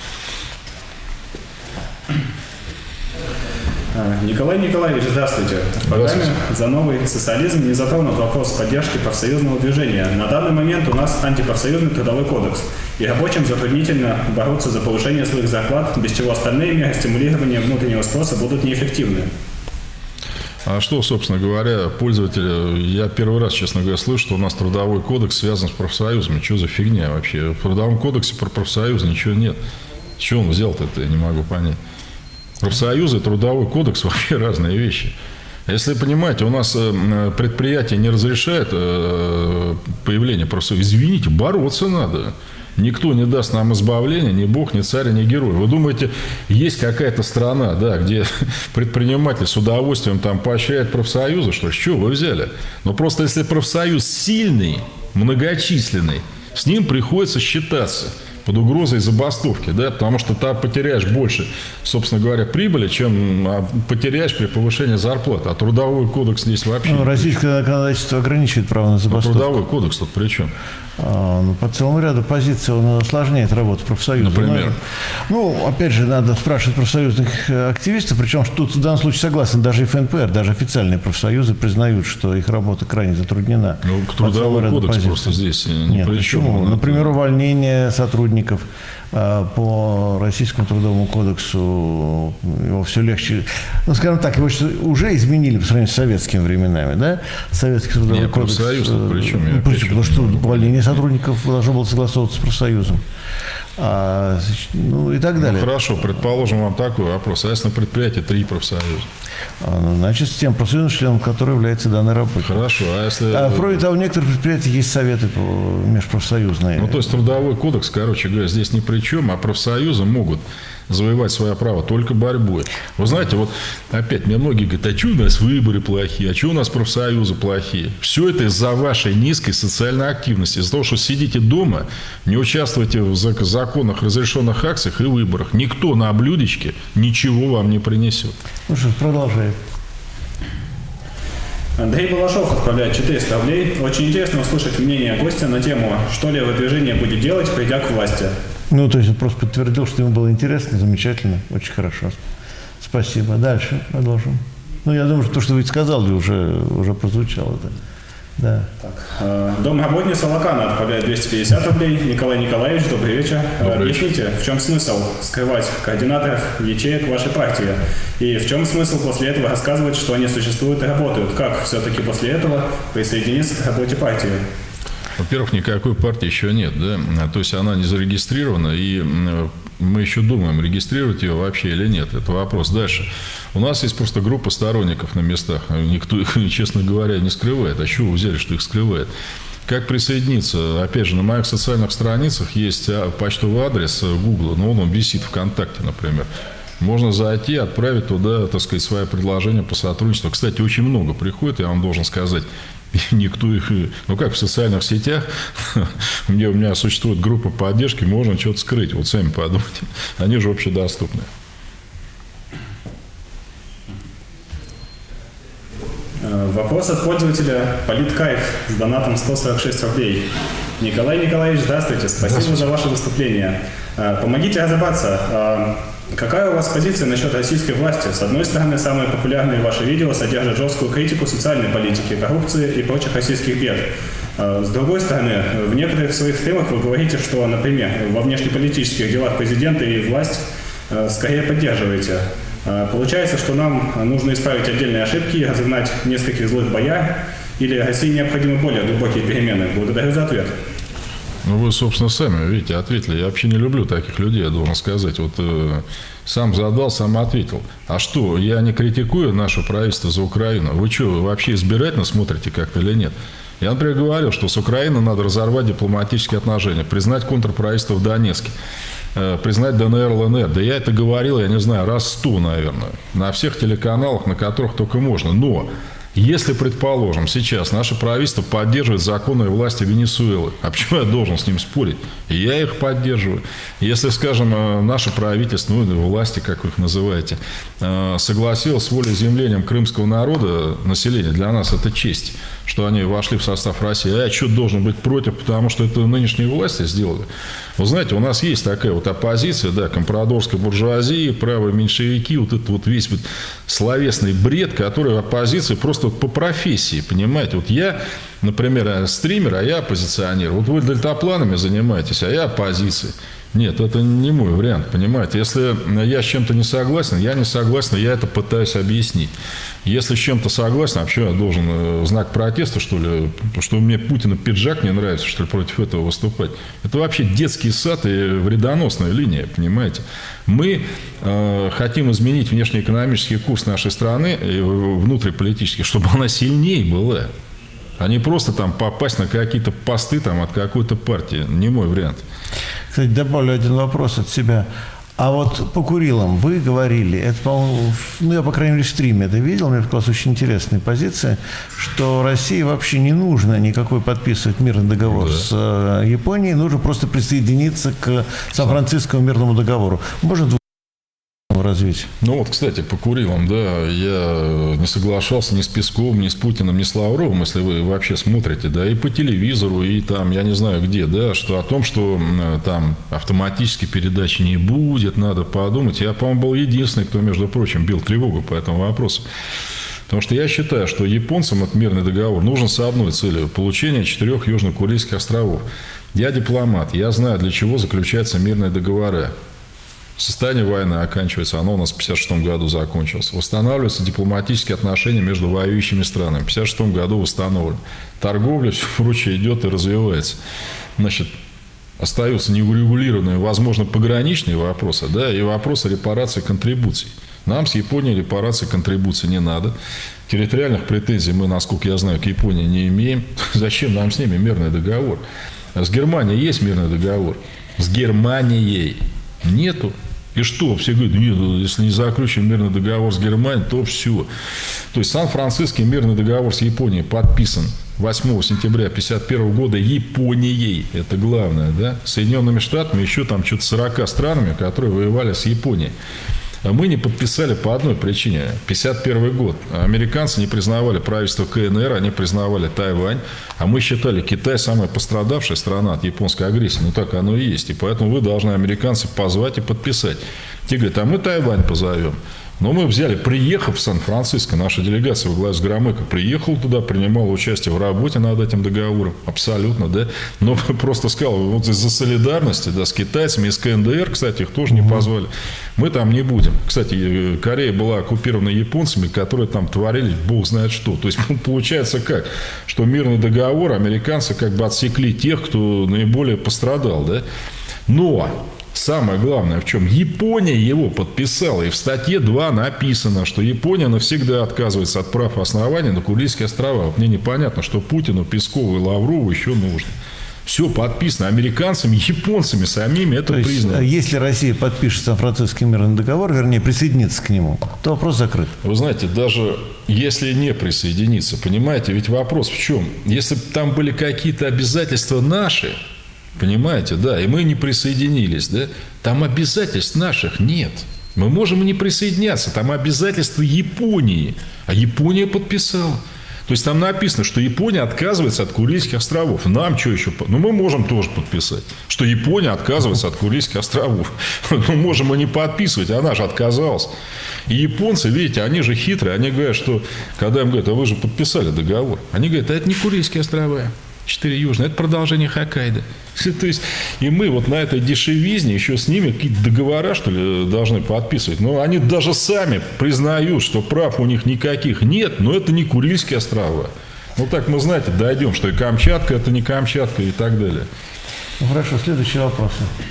Николай Николаевич, здравствуйте. В программе «За новый социализм» не затронут вопрос поддержки профсоюзного движения. На данный момент у нас антипрофсоюзный трудовой кодекс, и рабочим затруднительно бороться за повышение своих зарплат, без чего остальные меры стимулирования внутреннего спроса будут неэффективны. А что, собственно говоря, пользователи, я первый раз, честно говоря, слышу, что у нас трудовой кодекс связан с профсоюзами. Что за фигня вообще? В трудовом кодексе про профсоюзы ничего нет. С чего он взял-то это, я не могу понять. Профсоюзы и трудовой кодекс вообще разные вещи. Если понимаете, у нас предприятие не разрешает появление профсоюза, извините, бороться надо. Никто не даст нам избавления, ни Бог, ни царь, ни герой. Вы думаете, есть какая-то страна, да, где предприниматель с удовольствием там поощряет профсоюзы, что ли? С чего вы взяли? Но просто если профсоюз сильный, многочисленный, с ним приходится считаться под угрозой забастовки, да, потому что ты потеряешь больше, собственно говоря, прибыли, чем потеряешь при повышении зарплаты. А трудовой кодекс здесь вообще... Ну, российское законодательство ограничивает право на забастовку. Трудовой кодекс тут при чем? По целому ряду позиций он осложняет работу профсоюза. Например? Ну, опять же, надо спрашивать профсоюзных активистов, причем тут в данном случае согласен даже и ФНПР, даже официальные профсоюзы признают, что их работа крайне затруднена. Ну, трудовой кодекс просто здесь ни при чем. Почему? Например, увольнение сотрудников по российскому трудовому кодексу, его все легче, ну, скажем так, его уже изменили по сравнению с советскими временами, да? Советский трудовой кодекс. Профсоюз, причем? Потому что увольнение сотрудников должно было согласовываться с профсоюзом. Ну и так далее. Ну, хорошо, предположим, вам такой вопрос. А если на предприятии 3 профсоюза? Значит, с тем профсоюзным членом, который является данный работой. Хорошо, а если... Кроме того, в некоторых предприятиях есть советы межпрофсоюзные. Ну, то есть трудовой кодекс, короче говоря, здесь ни при чем, а профсоюзы могут завоевать свое право только борьбой. Вы знаете, вот опять мне многие говорят, а что у нас выборы плохие, а что у нас профсоюзы плохие? Все это из-за вашей низкой социальной активности, из-за того, что сидите дома, не участвуете в законных разрешенных акциях и выборах. Никто на блюдечке ничего вам не принесет. Ну что, продолжай. Андрей Балашов отправляет 400 рублей. Очень интересно услышать мнение гостя на тему, что левое движение будет делать, придя к власти. Ну, то есть он просто подтвердил, что ему было интересно, замечательно, очень хорошо. Спасибо. Дальше продолжим. Ну, я думаю, что то, что вы сказали, уже прозвучало. Это. Да. Так. Домработница Лакана отправляет 250 рублей. Николай Николаевич, добрый вечер. Объясните, в чем смысл скрывать координаторов ячеек вашей партии? И в чем смысл после этого рассказывать, что они существуют и работают? Как все-таки после этого присоединиться к работе партии? Во-первых, никакой партии еще нет, да, то есть она не зарегистрирована, и мы еще думаем, регистрировать ее вообще или нет, это вопрос. Дальше. У нас есть просто группа сторонников на местах, никто их, честно говоря, не скрывает. А чего вы взяли, что их скрывает? Как присоединиться? Опять же, на моих социальных страницах есть почтовый адрес Гугла, но он висит ВКонтакте, например. Можно зайти, отправить туда, так сказать, свое предложение по сотрудничеству. Кстати, очень много приходит, я вам должен сказать. Никто их... Ну, как в социальных сетях, где у меня существует группа поддержки, можно что-то скрыть. Вот сами подумайте. Они же общедоступны. Вопрос от пользователя Политкайф с донатом 146 рублей. Николай Николаевич, здравствуйте. Спасибо за ваше выступление. Помогите разобраться. Какая у вас позиция насчет российской власти? С одной стороны, самые популярные ваши видео содержат жесткую критику социальной политики, коррупции и прочих российских бед. С другой стороны, в некоторых своих стримах вы говорите, что, например, во внешнеполитических делах президента и власть скорее поддерживаете. Получается, что нам нужно исправить отдельные ошибки, разогнать нескольких злых бояр, или России необходимы более глубокие перемены? Благодарю за ответ. Ну, вы, собственно, сами, видите, ответили. Я вообще не люблю таких людей, я должен сказать. Вот сам задал, сам ответил. А что, я не критикую наше правительство за Украину? Вы что, вы вообще избирательно смотрите как-то или нет? Я, например, говорил, что с Украиной надо разорвать дипломатические отношения, признать контрправительство в Донецке, признать ДНР, ЛНР. Да я это говорил, я не знаю, раз 100, наверное, на всех телеканалах, на которых только можно. Но если, предположим, сейчас наше правительство поддерживает законные власти Венесуэлы, а почему я должен с ним спорить? И я их поддерживаю. Если, скажем, наше правительство, ну, власти, как вы их называете, согласилось с волеизъявлением крымского народа, населения, для нас это честь, что они вошли в состав России. А я что должен быть против, потому что это нынешние власти сделали? Вы знаете, у нас есть такая вот оппозиция, да, компрадорской буржуазии, правые меньшевики, вот этот вот весь вот словесный бред, который в оппозиции просто вот по профессии, понимаете? Вот я, например, стример, а я оппозиционер. Вот вы дельтапланами занимаетесь, а я оппозицией. Нет, это не мой вариант, понимаете. Если я с чем-то не согласен, я не согласен, я это пытаюсь объяснить. Если с чем-то согласен, а почему я должен знак протеста, что ли? Потому что мне Путина пиджак не нравится, что ли, против этого выступать. Это вообще детский сад и вредоносная линия, понимаете. Мы хотим изменить внешнеэкономический курс нашей страны, внутриполитический, чтобы она сильнее была. а не просто там попасть на какие-то посты там от какой-то партии. Не мой вариант. Кстати, добавлю один вопрос от себя. А вот по Курилам вы говорили, это, по-моему, ну, я, по крайней мере, в стриме это видел, мне показалась очень интересная позиция, что России вообще не нужно никакой подписывать мирный договор с Японией, нужно просто присоединиться к Сан-Францискому мирному договору. Можно развить? Ну вот, кстати, по Курилам, да, я не соглашался ни с Песковым, ни с Путиным, ни с Лавровым, если вы вообще смотрите, да, и по телевизору, и там, я не знаю где, да, что о том, что там автоматически передачи не будет, надо подумать. Я, по-моему, был единственный, кто, между прочим, бил тревогу по этому вопросу. Потому что я считаю, что японцам этот мирный договор нужен с одной целью – получение 4 Южно-Курильских островов. Я дипломат, я знаю, для чего заключаются мирные договоры. Состояние войны оканчивается, оно у нас в 1956 году закончилось. Восстанавливаются дипломатические отношения между воюющими странами. В 1956 году восстановлено. Торговля, все прочее идет и развивается. Значит, остаются неурегулированные, возможно, пограничные вопросы, да, и вопросы репарации контрибуций. Нам с Японией репарации контрибуций не надо. Территориальных претензий мы, насколько я знаю, к Японии не имеем. Зачем нам с ними мирный договор? С Германией есть мирный договор? С Германией нету. И что? Все говорят, нет, если не заключен мирный договор с Германией, то все. То есть Сан-Франциский мирный договор с Японией подписан 8 сентября 1951 года Японией. Это главное, да? Соединенными Штатами, еще там что-то 40 странами, которые воевали с Японией. А мы не подписали по одной причине. 1951 год. Американцы не признавали правительство КНР, они признавали Тайвань. А мы считали Китай самая пострадавшая страна от японской агрессии. Ну, так оно и есть. И поэтому вы должны американцев позвать и подписать. Те говорят, а мы Тайвань позовем. Но мы взяли, приехав в Сан-Франциско, наша делегация во главе с Громыко приехала туда, принимала участие в работе над этим договором. Абсолютно, да. Но просто сказал, вот из-за солидарности, да, с китайцами, из КНДР, кстати, их тоже не позвали. Мы там не будем. Кстати, Корея была оккупирована японцами, которые там творили бог знает что. То есть, получается как? Что мирный договор американцы как бы отсекли тех, кто наиболее пострадал, да. Но самое главное в чем? Япония его подписала. И в статье 2 написано, что Япония навсегда отказывается от прав основания на Курильские острова. Вот мне непонятно, что Путину, Пескову и Лаврову еще нужно. Все подписано американцами, японцами самими. Это признано. Если Россия подпишет Сан-Франциский мирный договор, вернее, присоединится к нему, то вопрос закрыт. Вы знаете, даже если не присоединиться, понимаете, ведь вопрос в чем? Если бы там были какие-то обязательства наши, понимаете, да, и мы не присоединились, да, там обязательств наших нет. Мы можем и не присоединяться, там обязательства Японии, а Япония подписала. То есть там написано, что Япония отказывается от Курильских островов. Нам что еще? Ну, мы можем тоже подписать, что Япония отказывается от Курильских островов. Мы можем и не подписывать, она же отказалась. И японцы, видите, они же хитрые, они говорят, что, когда им говорят, а вы же подписали договор, они говорят, а это не Курильские острова. 4 южные, это продолжение Хоккайдо. То есть, и мы вот на этой дешевизне еще с ними какие-то договора, что ли, должны подписывать. Но они даже сами признают, что прав у них никаких нет, но это не Курильские острова. Ну, так мы, знаете, дойдем, что и Камчатка, это не Камчатка и так далее. Ну, хорошо, следующий вопрос.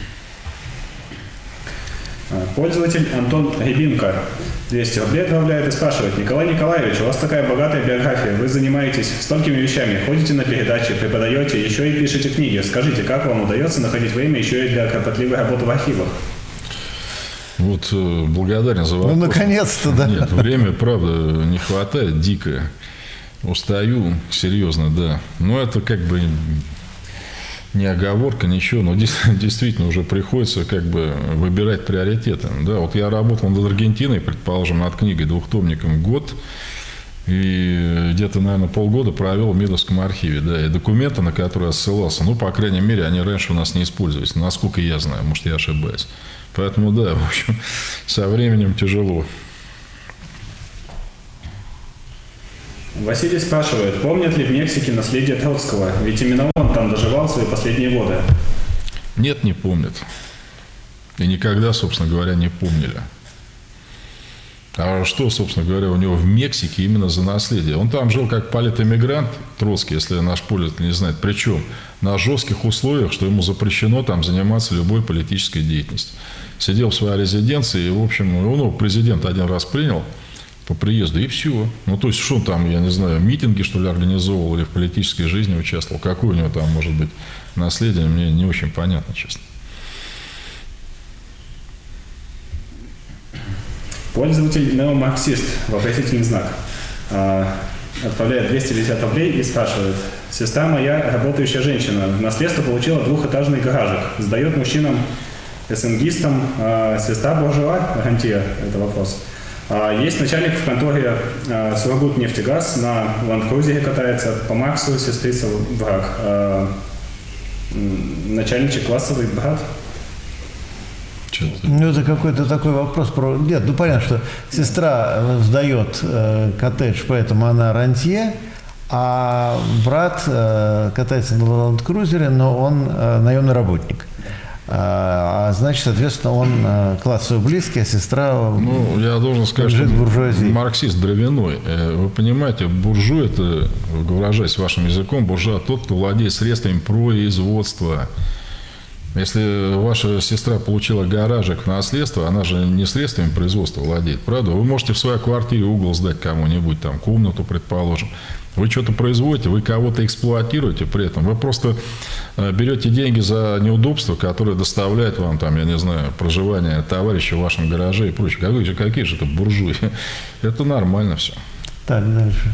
Пользователь Антон Рябинко 200 рублей отправляет и спрашивает: Николай Николаевич, у вас такая богатая биография, вы занимаетесь столькими вещами, ходите на передачи, преподаете, еще и пишете книги. Скажите, как вам удается находить время еще и для кропотливой работы в архивах? Вот благодарен за вопрос. Ну, наконец-то, да. Нет, время, правда, не хватает, дико. Устаю, серьезно, да. Но это как бы не оговорка, ничего, но действительно уже приходится как бы выбирать приоритеты. Да, вот я работал над Аргентиной, предположим, над книгой двухтомником год, и где-то, наверное, полгода провел в Мидовском архиве, да, и документы, на которые я ссылался, ну, по крайней мере, они раньше у нас не использовались, насколько я знаю, может, я ошибаюсь. Поэтому, да, в общем, со временем тяжело. Василий спрашивает, помнят ли в Мексике наследие Троцкого? Ведь именно он там доживал свои последние годы. Нет, не помнят. И никогда, собственно говоря, не помнили. А что, собственно говоря, у него в Мексике именно за наследие? Он там жил как политэмигрант, Троцкий, если наш пользователь не знает. Причем на жестких условиях, что ему запрещено там заниматься любой политической деятельностью. Сидел в своей резиденции, и, в общем, ну, президент один раз принял по приезду, и все. Ну, то есть, что он там, я не знаю, митинги, что ли, организовывал или в политической жизни участвовал. Какое у него там может быть наследие, мне не очень понятно, честно. Пользователь неомарксист, вопросительный знак, отправляет 250 рублей и спрашивает: сестра моя, работающая женщина, в наследство получила двухэтажный гаражик, сдает мужчинам, СНГистам, сестра буржуа, гарантия, это вопрос. Есть начальник в конторе Сургутнефтегаз, на ландкрузере катается, по Марксу сестрица враг. Начальничек классовый брат. Ну, это какой-то такой вопрос про... Нет, ну, понятно, что сестра сдает коттедж, поэтому она рантье, а брат катается на ландкрузере, но он наемный работник. Значит, соответственно, он классово близкий, а сестра... Ну, я должен сказать, что марксист дровяной. Вы понимаете, буржуа, это, выражаясь вашим языком, буржуа тот, кто владеет средствами производства. Если ваша сестра получила гаражик в наследство, она же не средствами производства владеет, правда? Вы можете в своей квартире угол сдать кому-нибудь, там, комнату, предположим. Вы что-то производите, вы кого-то эксплуатируете при этом. Вы просто берете деньги за неудобства, которые доставляют вам, там, я не знаю, проживание товарища в вашем гараже и прочее. Какие же это буржуи? Это нормально все. Так, дальше.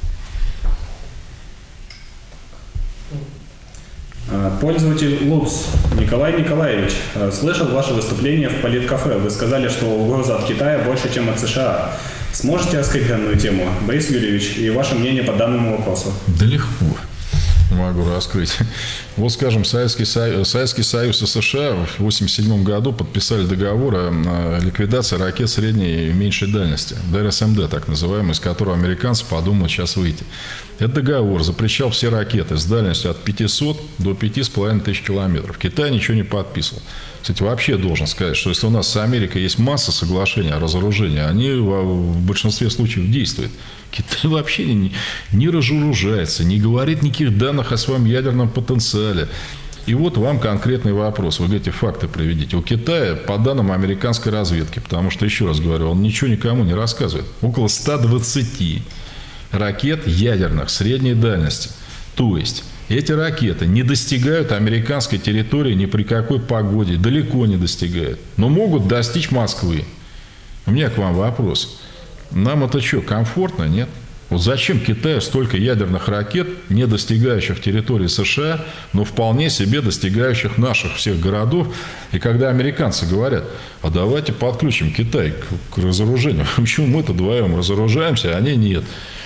Пользователь Лупс Николай Николаевич, слышал ваше выступление в Политкафе. Вы сказали, что угроза от Китая больше, чем от США. Сможете раскрыть данную тему, Борис Юрьевич, и ваше мнение по данному вопросу? Да легко могу раскрыть. Вот, скажем, Советский Союз и США в 1987 году подписали договор о ликвидации ракет средней и меньшей дальности, ДРСМД так называемый, из которого американцы подумают сейчас выйти. Этот договор запрещал все ракеты с дальностью от 500 до 5500 километров. Китай ничего не подписывал. Кстати, вообще должен сказать, что если у нас с Америкой есть масса соглашений о разоружении, они в большинстве случаев действуют. Китай вообще не разоружается, не говорит никаких данных о своем ядерном потенциале. И вот вам конкретный вопрос. Вы говорите, факты приведите. У Китая, по данным американской разведки, потому что, еще раз говорю, он ничего никому не рассказывает, около 120 ракет ядерных средней дальности. То есть эти ракеты не достигают американской территории ни при какой погоде, далеко не достигают, но могут достичь Москвы. У меня к вам вопрос. Нам это что, комфортно, нет? Вот зачем Китаю столько ядерных ракет, не достигающих территории США, но вполне себе достигающих наших всех городов? И когда американцы говорят, а давайте подключим Китай к разоружению, почему мы-то вдвоем разоружаемся, а они нет?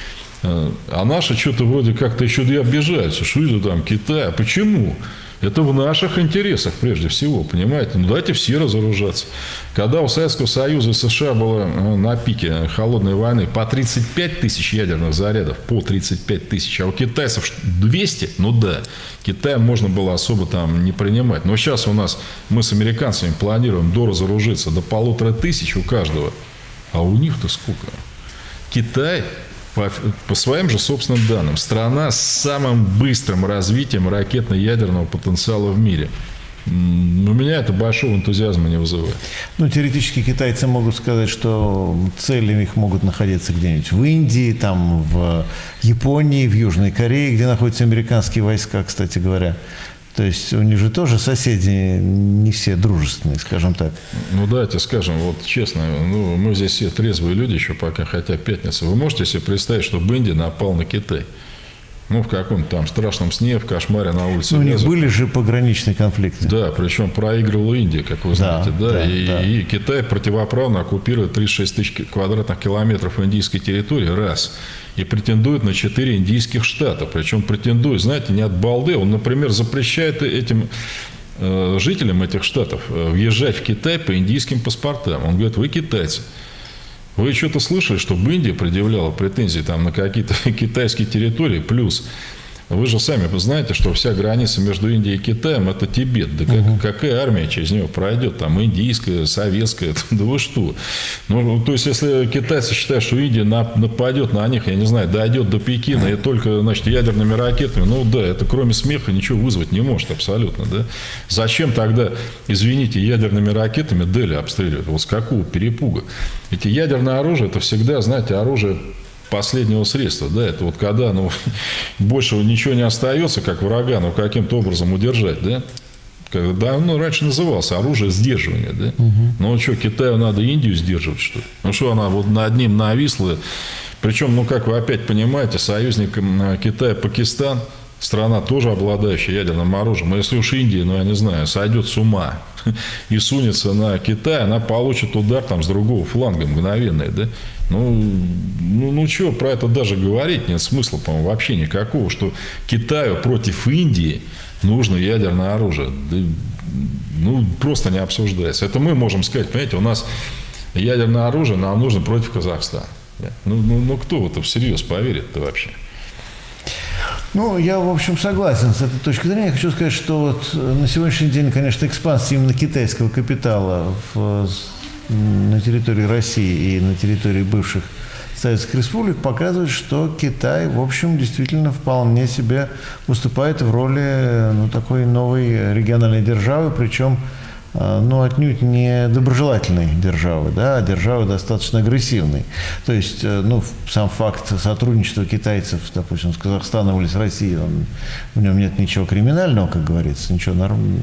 А наши что-то вроде как-то еще и обижаются. Что это там Китай? А почему? Это в наших интересах прежде всего, понимаете? Ну, давайте все разоружаться. Когда у Советского Союза и США было на пике холодной войны по 35 тысяч ядерных зарядов, по 35 тысяч, а у китайцев 200, ну да, Китай можно было особо там не принимать. Но сейчас у нас, мы с американцами планируем доразоружиться до 1500 у каждого. А у них-то сколько? Китай... По своим же собственным данным, страна с самым быстрым развитием ракетно-ядерного потенциала в мире. У меня это большого энтузиазма не вызывает. Ну, теоретически китайцы могут сказать, что цели их могут находиться где-нибудь в Индии, там, в Японии, в Южной Корее, где находятся американские войска, кстати говоря. То есть у них же тоже соседи не все дружественные, скажем так. Ну, давайте скажем, вот честно, ну, мы здесь все трезвые люди еще пока, хотя пятница. Вы можете себе представить, чтобы Индия напал на Китай? Ну, в каком-то там страшном сне, в кошмаре на улице. Ну, у них были же пограничные конфликты. Да, причем проигрывала Индия, как вы знаете. Да, и Китай противоправно оккупирует 36 тысяч квадратных километров индийской территории, раз. И претендует на 4 индийских штата. Причем претендует, знаете, не от балды. Он, например, запрещает этим жителям этих штатов въезжать в Китай по индийским паспортам. Он говорит, вы китайцы. Вы что-то слышали, чтобы Индия предъявляла претензии там, на какие-то китайские территории? Плюс Вы же сами знаете, что вся граница между Индией и Китаем – это Тибет. Да какая армия через него пройдет? Там индийская, советская, да вы что? Ну, то есть, если китайцы считают, что Индия нападет на них, я не знаю, дойдет до Пекина и только, значит, ядерными ракетами, ну да, это кроме смеха ничего вызвать не может абсолютно, да? Зачем тогда, извините, ядерными ракетами Дели обстреливать? Вот с какого перепуга? Эти ядерное оружие – это всегда, знаете, оружие последнего средства, да, это вот когда, ну, больше ничего не остается, как врага, ну, каким-то образом удержать, да, когда, ну, раньше назывался оружие сдерживания, да, ну, что, Китаю надо Индию сдерживать, что ли, ну, что она вот над ним нависла, причем, ну, как вы опять понимаете, союзник Китая Пакистан, страна тоже обладающая ядерным оружием, а если уж Индия, ну, я не знаю, сойдет с ума и сунется на Китай, она получит удар там с другого фланга мгновенный, да. Ну, что, про это даже говорить нет смысла, по-моему, вообще никакого, что Китаю против Индии нужно ядерное оружие. Да, ну, просто не обсуждается. Это мы можем сказать, понимаете, у нас ядерное оружие нам нужно против Казахстана. Ну, кто в это всерьез поверит-то вообще? Ну, я, в общем, согласен с этой точки зрения. Я хочу сказать, что вот на сегодняшний день, конечно, экспансия именно китайского капитала на территории России и на территории бывших советских республик показывает, что Китай, в общем, действительно вполне себе выступает в роли, ну, такой новой региональной державы, причем, ну, отнюдь не доброжелательной державы, да, а державы достаточно агрессивной. То есть, ну, сам факт сотрудничества китайцев, допустим, с Казахстаном или с Россией, в нем нет ничего криминального, как говорится, ничего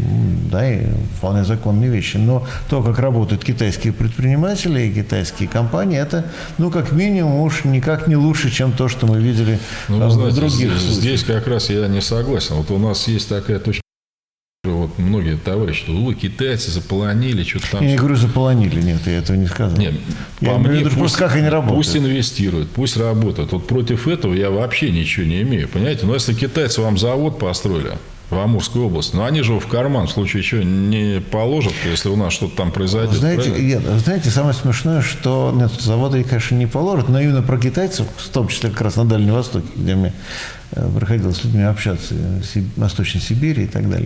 да, и вполне законные вещи. Но то, как работают китайские предприниматели и китайские компании, это, ну, как минимум, уж никак не лучше, чем то, что мы видели в знаете, других случаях. Здесь как раз я не согласен. Вот у нас есть такая точка. Вот многие товарищи, что китайцы заполонили, что-то там. Я не говорю, заполонили, нет, я этого не сказал. Нет, я имею в виду, просто как они работают. Пусть инвестируют, пусть работают. Вот против этого я вообще ничего не имею, понимаете? Но если китайцы вам завод построили в Амурской области, но они же в карман, в случае чего, не положат, если у нас что-то там произойдет. Знаете, самое смешное, что нет, заводы, конечно, не положат, но именно про китайцев, в том числе как раз на Дальнем Востоке, где мне приходилось с людьми общаться, в Восточной Сибири и так далее.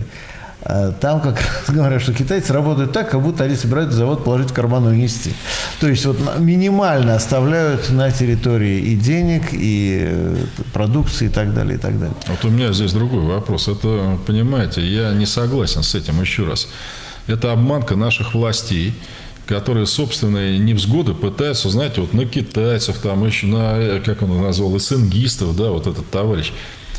Там как раз говорят, что китайцы работают так, как будто они собираются завод положить в карман и унести. То есть вот минимально оставляют на территории и денег, и продукции, и так далее, и так далее. Вот у меня здесь другой вопрос. Это, понимаете, я не согласен с этим еще раз. Это обманка наших властей, которые собственные невзгоды пытаются, знаете, вот на китайцев, там еще на, как он назвал, СНГистов, да, вот этот товарищ.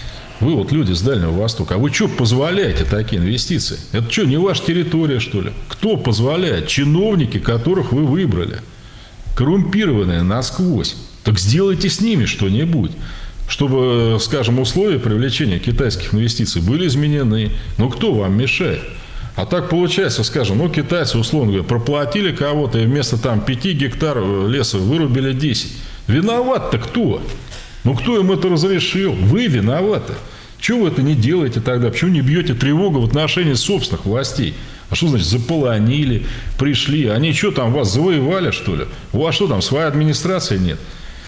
Вы вот люди с Дальнего Востока, а вы что позволяете такие инвестиции? Это что, не ваша территория, что ли? Кто позволяет? Чиновники, которых вы выбрали. Коррумпированные насквозь. Так сделайте с ними что-нибудь, чтобы, скажем, условия привлечения китайских инвестиций были изменены. Но кто вам мешает? А так получается, скажем, ну, китайцы, условно говоря, проплатили кого-то и вместо там 5 гектаров леса вырубили 10. Виноват-то кто? Ну, кто им это разрешил? Вы виноваты. Чего вы это не делаете тогда? Почему не бьете тревогу в отношении собственных властей? А что значит заполонили, пришли? Они что там, вас завоевали, что ли? У вас что там, своей администрации нет?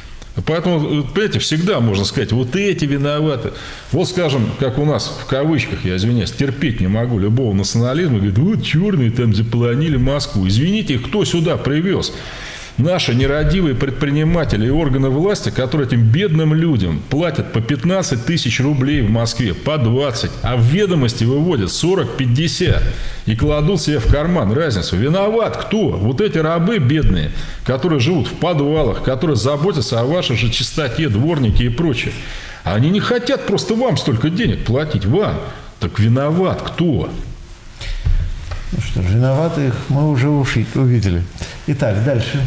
Поэтому, понимаете, всегда можно сказать, вот эти виноваты. Вот, скажем, как у нас, в кавычках, я извиняюсь, терпеть не могу любого национализма. Говорит, вот черные там заполонили Москву. Извините, кто сюда привез? Наши нерадивые предприниматели и органы власти, которые этим бедным людям платят по 15 тысяч рублей в Москве, по 20, а в ведомости выводят 40-50 и кладут себе в карман разницу. Виноват кто? Вот эти рабы бедные, которые живут в подвалах, которые заботятся о вашей же чистоте, дворники и прочее. Они не хотят просто вам столько денег платить, вам. Так виноват кто? Ну что ж, виноватых мы уже увидели. Итак, дальше.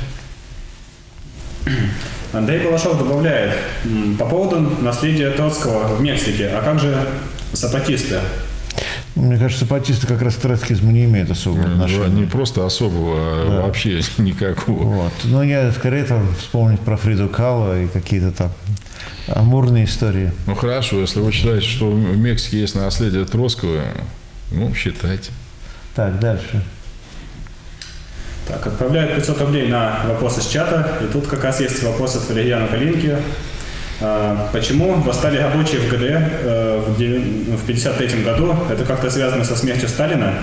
Андрей Балашов добавляет по поводу наследия Троцкого в Мексике. А как же сапатисты? Мне кажется, сапатисты как раз к троцкизму не имеют особого отношения. Не просто особого, а вообще никакого. Вот. Но я скорее там вспомнить про Фриду Кало и какие-то там амурные истории. Ну хорошо, если вы считаете, что в Мексике есть наследие Троцкого, ну считайте. Так, дальше. Так, отправляют 500 рублей на вопросы с чата. И тут как раз есть вопрос от Валерьяна Калинки. Почему восстали рабочие в ГДР в 1953 году? Это как-то связано со смертью Сталина?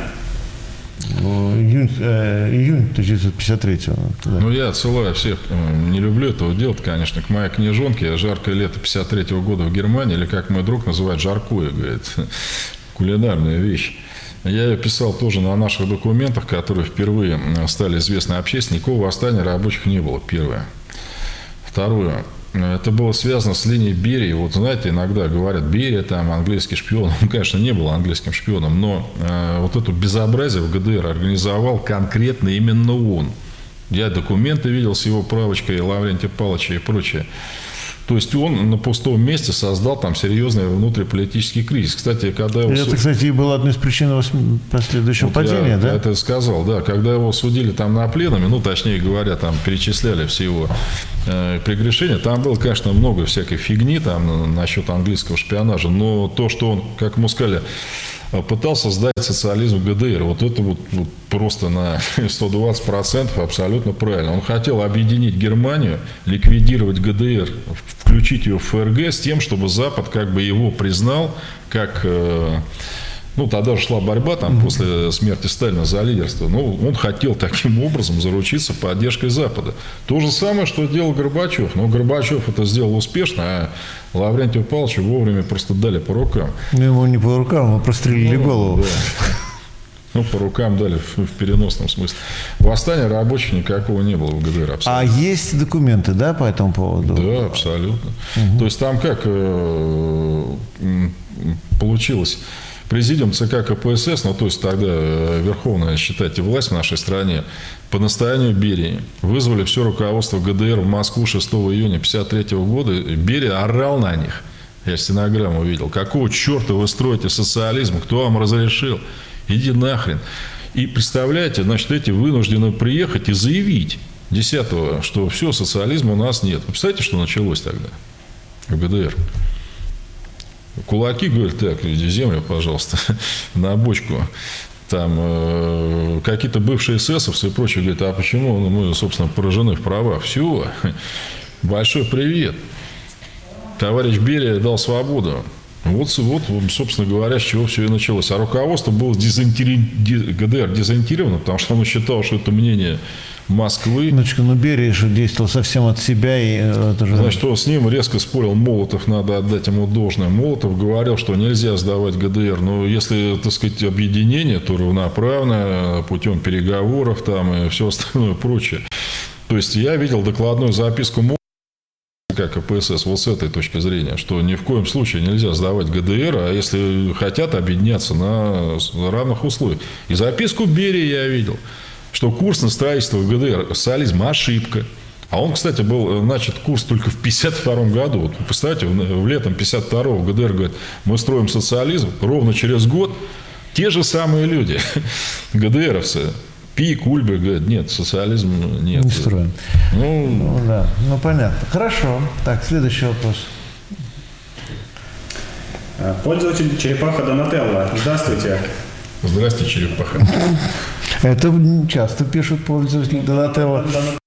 Июнь 1953-го. Да. Ну, я отсылаю всех, не люблю этого делать, конечно, к моей книжонке «Жаркое лето 1953 года в Германии», или, как мой друг называет, «Жаркое», говорит, кулинарная вещь. Я ее писал тоже на наших документах, которые впервые стали известны общественности. Никакого восстания рабочих не было, первое. Второе. Это было связано с линией Берии. Вот знаете, иногда говорят, Берия там английский шпион. Он, конечно, не был английским шпионом, но вот это безобразие в ГДР организовал конкретно именно он. Я документы видел с его правочкой, Лаврентия Павловича и прочее. То есть он на пустом месте создал там серьезный внутриполитический кризис. Кстати, когда его... Это, кстати, и была одной из причин его последующего вот падения, да? Я это сказал, да. Когда его судили там на пленуме, ну, точнее говоря, там перечисляли все его прегрешения, там было, конечно, много всякой фигни там насчет английского шпионажа, но то, что он, как ему сказали, пытался сдать социализм в ГДР. Вот это вот просто на 120% абсолютно правильно. Он хотел объединить Германию, ликвидировать ГДР, включить ее в ФРГ с тем, чтобы Запад как бы его признал как... Ну, тогда же шла борьба там, после смерти Сталина за лидерство. Но он хотел таким образом заручиться поддержкой Запада. То же самое, что делал Горбачев. Но Горбачев это сделал успешно, а Лаврентию Павловичу вовремя просто дали по рукам. Ну, ему не по рукам, ему прострелили голову. Да. Ну, по рукам дали в переносном смысле. Восстания рабочих никакого не было в ГДР. Абсолютно. А есть документы, да, по этому поводу? Да, абсолютно. То есть там как получилось... Президиум ЦК КПСС, ну то есть тогда верховная, считайте, власть в нашей стране, по настоянию Берии вызвали все руководство ГДР в Москву 6 июня 1953 года. Берия орал на них. Я стенограмму видел. Какого черта вы строите социализм? Кто вам разрешил? Иди нахрен. И представляете, значит, эти вынуждены приехать и заявить 10-го, что все, социализма у нас нет. Вы представляете, что началось тогда в ГДР? Кулаки говорят, так, землю, пожалуйста, на бочку. Там какие-то бывшие эсэсовцы и прочее говорят, а почему мы, собственно, поражены в правах? Все, большой привет. Товарищ Берия дал свободу. Вот, собственно говоря, с чего все и началось. А руководство было ГДР дезориентировано, потому что оно считало, что это мнение Москвы. Ну, Берия же действовал совсем от себя. И это же... Значит, с ним резко спорил Молотов, надо отдать ему должное. Молотов говорил, что нельзя сдавать ГДР, но если, так сказать, объединение, то равноправно, путем переговоров там и все остальное прочее. То есть я видел докладную записку Молотова, как КПСС, вот с этой точки зрения, что ни в коем случае нельзя сдавать ГДР, а если хотят объединяться на равных условиях. И записку Берии я видел, что курс на строительство в ГДР социализма ошибка. А он, кстати, был начат курс только в 1952 году. Вот, представьте, в летом 1952 в ГДР говорят, мы строим социализм. Ровно через год те же самые люди, ГДРовцы, Пик, Ульбер, говорят, нет, социализм нет. Не строим. Ну, да, ну понятно. Хорошо. Так, следующий вопрос. Пользователь Черепаха Донателло. Здравствуйте. Здравствуйте, Черепаха. Это часто пишут пользователи Донателло.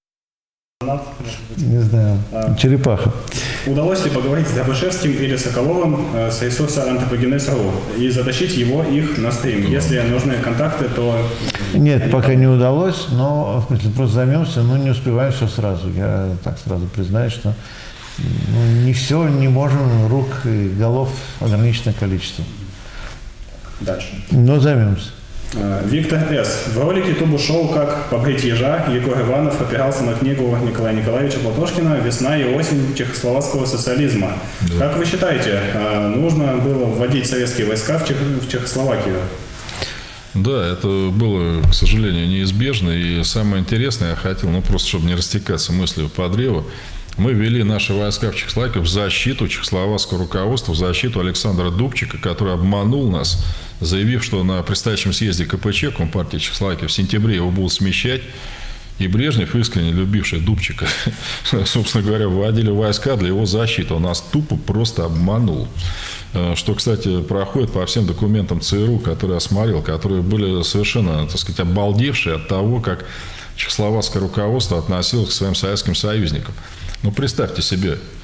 Не знаю. Черепаха. Удалось ли поговорить с Дробышевским или Соколовым с ресурса антропогенез.ру и затащить их на стрим? Если нужны контакты, то... Нет, пока не удалось, но в смысле, просто займемся, но не успеваем все сразу. Я так сразу признаюсь, что не все, не можем, рук и голов ограниченное количество. Дальше. Но займемся. Виктор С. В ролике Тубу-шоу «Как побрить ежа» Егор Иванов опирался на книгу Николая Николаевича Платошкина «Весна и осень чехословацкого социализма». Да. Как вы считаете, нужно было вводить советские войска в Чехословакию? Да, это было, к сожалению, неизбежно. И самое интересное, я хотел, просто чтобы не растекаться мыслью по древу, мы ввели наши войска в Чехословакию в защиту чехословацкого руководства, в защиту Александра Дубчика, который обманул нас, заявив, что на предстоящем съезде КПЧ, Компартии Чехословакии, в сентябре его будут смещать. И Брежнев, искренне любивший Дубчика, собственно говоря, вводили войска для его защиты. Он нас тупо просто обманул. Что, кстати, проходит по всем документам ЦРУ, которые я смотрел, которые были совершенно, так сказать, обалдевшие от того, как чехословацкое руководство относилось к своим советским союзникам. Ну, представьте себе,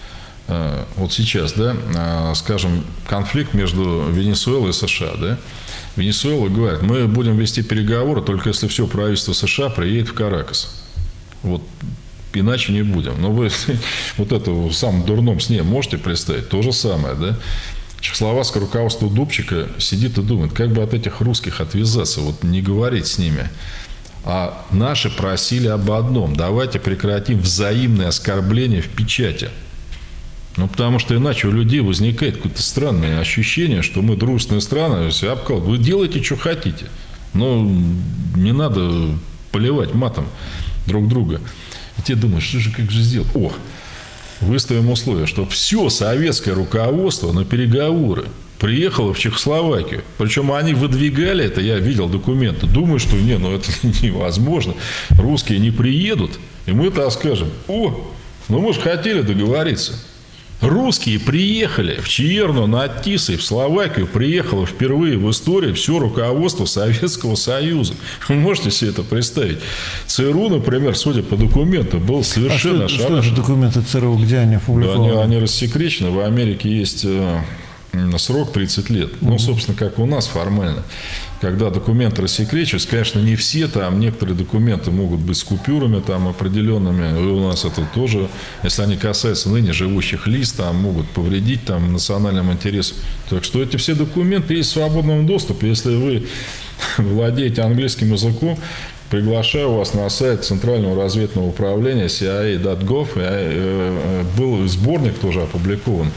вот сейчас, да, скажем, конфликт между Венесуэлой и США, да, Венесуэла говорит, мы будем вести переговоры, только если все правительство США приедет в Каракас. Вот иначе не будем. Но вы вот это в самом дурном сне можете представить? То же самое, да? Чехословацкое руководство Дубчика сидит и думает, как бы от этих русских отвязаться, вот не говорить с ними. А наши просили об одном: давайте прекратим взаимные оскорбления в печати. Ну, потому что иначе у людей возникает какое-то странное ощущение, что мы дружественные страны, себя обкалывают. Вы делаете, что хотите. Но не надо поливать матом друг друга. И те думают, что же, как же сделать? О, выставим условия, что все советское руководство на переговоры приехало в Чехословакию. Причем они выдвигали это, я видел документы. Думаю, что не, ну это невозможно. Русские не приедут, и мы так скажем: о, ну мы же хотели договориться. Русские приехали в Чиерну на Тисой, в Словакию приехало впервые в истории все руководство Советского Союза. Вы можете себе это представить? ЦРУ, например, судя по документам, был совершенно ошарашен. Что же документы ЦРУ, где они опубликованы? Да, они рассекречены. В Америке есть срок 30 лет. Ну, собственно, как у нас формально. Когда документы рассекречиваются, конечно, не все, там некоторые документы могут быть с купюрами там определенными. И у нас это тоже, если они касаются ныне живущих лиц, там могут повредить там национальным интересам. Так что эти все документы есть в свободном доступе. Если вы владеете английским языком, приглашаю вас на сайт Центрального разведного управления CIA.gov. Был сборник тоже опубликован.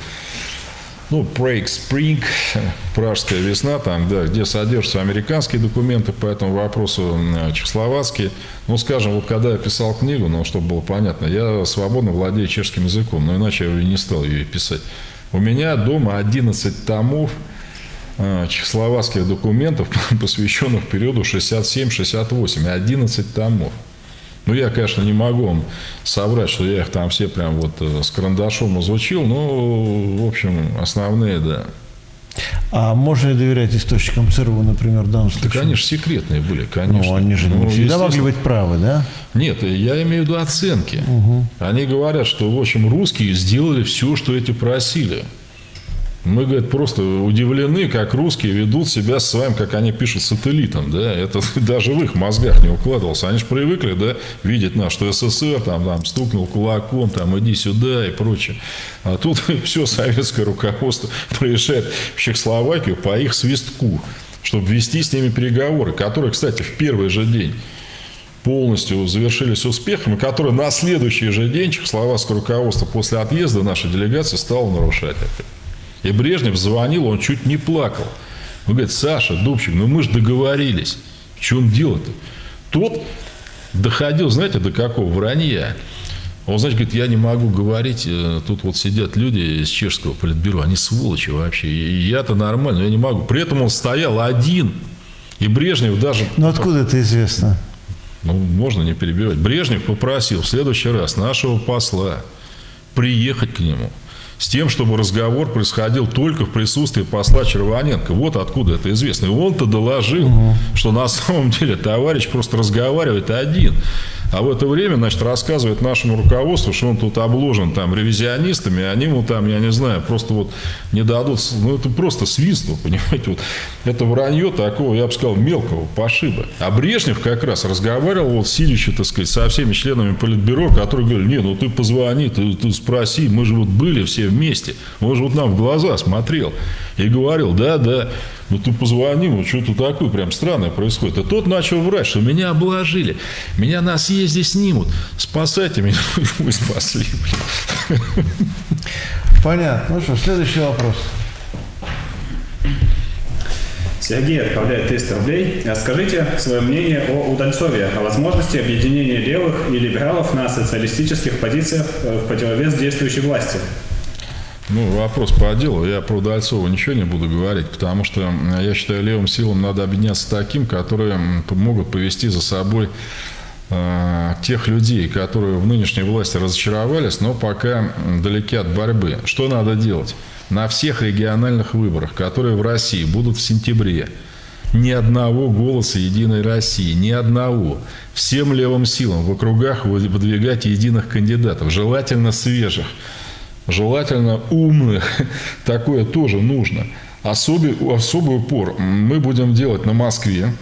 Ну, Prague Spring, пражская весна, там, да, где содержатся американские документы по этому вопросу, чехословацкие. Ну, скажем, вот когда я писал книгу, ну, чтобы было понятно, я свободно владею чешским языком, но иначе я не стал ее писать. У меня дома 11 томов чехословацких документов, посвященных периоду 67-68, 11 томов. Ну, я, конечно, не могу вам соврать, что я их там все прям вот с карандашом изучил, но, в общем, основные, да. А можно ли доверять источникам ЦРУ, например, в данном случае? Да, конечно, секретные были, конечно. Ну, они же не всегда могли быть правы, да? Нет, я имею в виду оценки. Они говорят, что, в общем, русские сделали все, что эти просили. Мы, говорит, просто удивлены, как русские ведут себя с вами, как они пишут, сателлитом, да, это даже в их мозгах не укладывалось. Они же привыкли, да, видеть нас, что СССР там стукнул кулаком, там, иди сюда и прочее. А тут все советское руководство приезжает в Чехословакию по их свистку, чтобы вести с ними переговоры, которые, кстати, в первый же день полностью завершились успехом, и которые на следующий же день чехословацкое руководство после отъезда нашей делегации стало нарушать опять. И Брежнев звонил, он чуть не плакал. Он говорит: Саша, Дубчик, ну мы же договорились. В чем дело-то? Тот доходил, знаете, до какого вранья. Он, знаете, говорит: я не могу говорить, тут вот сидят люди из чешского политбюро, они сволочи вообще. И я-то нормально, но я не могу. При этом он стоял один. И Брежнев даже... Ну откуда это известно? Ну, можно не перебивать. Брежнев попросил в следующий раз нашего посла приехать к нему с тем, чтобы разговор происходил только в присутствии посла Червоненко. Вот откуда это известно. И он-то доложил, что на самом деле товарищ просто разговаривает один. А в это время, значит, рассказывает нашему руководству, что он тут обложен там ревизионистами, они ему там, я не знаю, просто вот не дадут. Ну, это просто свинство, понимаете. Вот это вранье такого, я бы сказал, мелкого пошиба. А Брежнев как раз разговаривал, вот, сидящий, так сказать, со всеми членами политбюро, которые говорили: не, ну ты позвони, ты спроси, мы же вот были все вместе. Он же вот нам в глаза смотрел и говорил: да, ну ты позвони, вот что-то такое прям странное происходит. И тот начал врать, что меня обложили, меня на съезде снимут, спасайте меня. Мы спасли. Понятно. Ну что, следующий вопрос. Сергей отправляет 300 рублей. Скажите свое мнение о Удальцове, о возможности объединения левых и либералов на социалистических позициях в противовес действующей власти. Ну, вопрос по делу. Я про Удальцова ничего не буду говорить, потому что я считаю, левым силам надо объединяться таким, которые могут повести за собой тех людей, которые в нынешней власти разочаровались, но пока далеки от борьбы. Что надо делать? На всех региональных выборах, которые в России будут в сентябре, ни одного голоса «Единой России», ни одного. Всем левым силам в округах выдвигать единых кандидатов, желательно свежих. желательно умных, такое тоже нужно. Особый упор мы будем делать на Москве,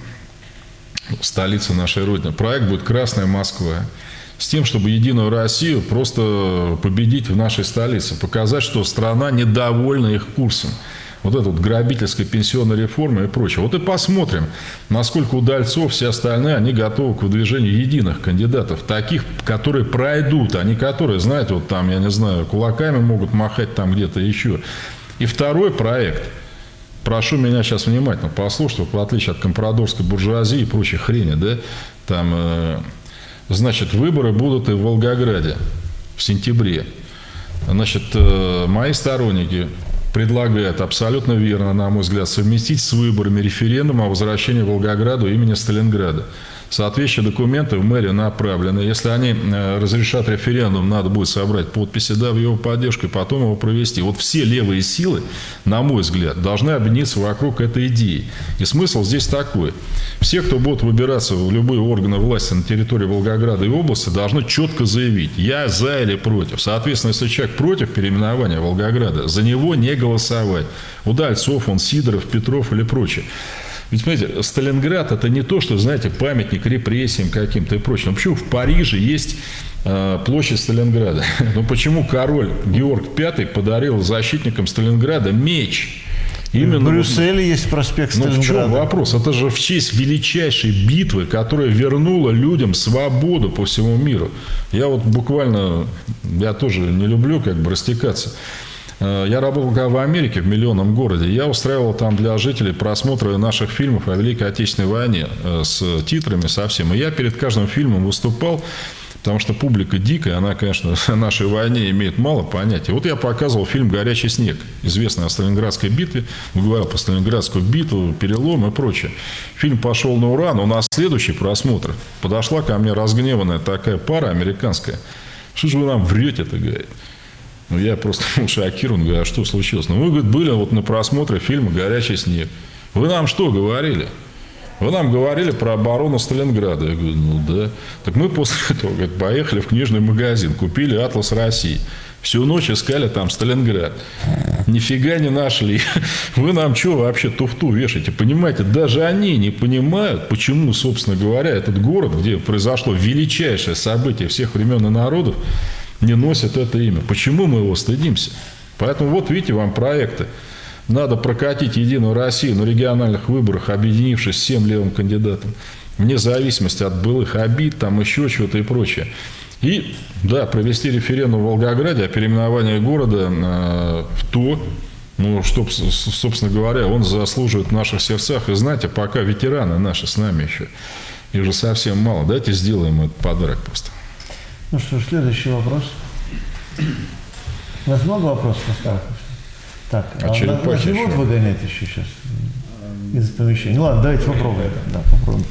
столице нашей Родины. Проект будет «Красная Москва». С тем, чтобы Единую Россию просто победить в нашей столице. Показать, что страна недовольна их курсом. Вот эта вот грабительская пенсионная реформа и прочее. Вот и посмотрим, насколько удальцов, все остальные, они готовы к выдвижению единых кандидатов. Таких, которые пройдут, а не которые, знаете, вот там, я не знаю, кулаками могут махать там где-то еще. И второй проект. Прошу меня сейчас внимательно послушать, в отличие от компрадорской буржуазии и прочей хрени, да, там, значит, выборы будут и в Волгограде в сентябре. Значит, мои сторонники предлагают абсолютно верно, на мой взгляд, совместить с выборами референдум о возвращении Волгограду имени Сталинграда. Соответствующие документы в мэрию направлены. Если они разрешат референдум, надо будет собрать подписи, да, в его поддержку и потом его провести. Вот все левые силы, на мой взгляд, должны объединиться вокруг этой идеи. И смысл здесь такой. Все, кто будут выбираться в любые органы власти на территории Волгограда и области, должны четко заявить, я за или против. Соответственно, если человек против переименования Волгограда, за него не голосовать. Удальцов, он, Сидоров, Петров или прочее. Ведь, смотрите, Сталинград – это не то, что, знаете, памятник репрессиям каким-то и прочим. Почему в Париже есть площадь Сталинграда? Ну, почему король Георг V подарил защитникам Сталинграда меч? Именно в Брюсселе есть проспект Сталинграда. Ну, в чем вопрос? Это же в честь величайшей битвы, которая вернула людям свободу по всему миру. Я вот буквально, я тоже не люблю как бы растекаться. Я работал в Америке, в миллионном городе. Я устраивал там для жителей просмотры наших фильмов о Великой Отечественной войне с титрами совсем. И я перед каждым фильмом выступал, потому что публика дикая, она, конечно, о нашей войне имеет мало понятия. Вот я показывал фильм «Горячий снег», известный о Сталинградской битве. Говорил про Сталинградскую битву, перелом и прочее. Фильм пошел на ура, но на следующий просмотр подошла ко мне разгневанная такая пара американская. Что же вы нам врете-то, говорит. Ну, я просто шокирован, говорю, а что случилось? Ну, вы, говорит, были вот на просмотре фильма «Горячий снег». Вы нам что говорили? Вы нам говорили про оборону Сталинграда. Я говорю, ну да. Так мы после этого, говорит, поехали в книжный магазин, купили «Атлас России». Всю ночь искали там Сталинград. Нифига не нашли. Вы нам что вообще туфту вешаете? Понимаете, даже они не понимают, почему, собственно говоря, этот город, где произошло величайшее событие всех времен и народов, не носит это имя. Почему мы его стыдимся? Поэтому вот видите вам проекты. Надо прокатить Единую Россию на региональных выборах, объединившись всем левым кандидатам, вне зависимости от былых обид, там еще чего-то и прочее. И, да, провести референдум в Волгограде о переименовании города в то, ну, что, собственно говоря, он заслуживает в наших сердцах. И знаете, пока ветераны наши с нами еще, их же совсем мало. Давайте сделаем этот подарок просто. Ну что ж, следующий вопрос. У нас много вопросов осталось? Так, нас не будут выгонять еще сейчас из помещения? Ладно, давайте попробуем. Да, попробуем.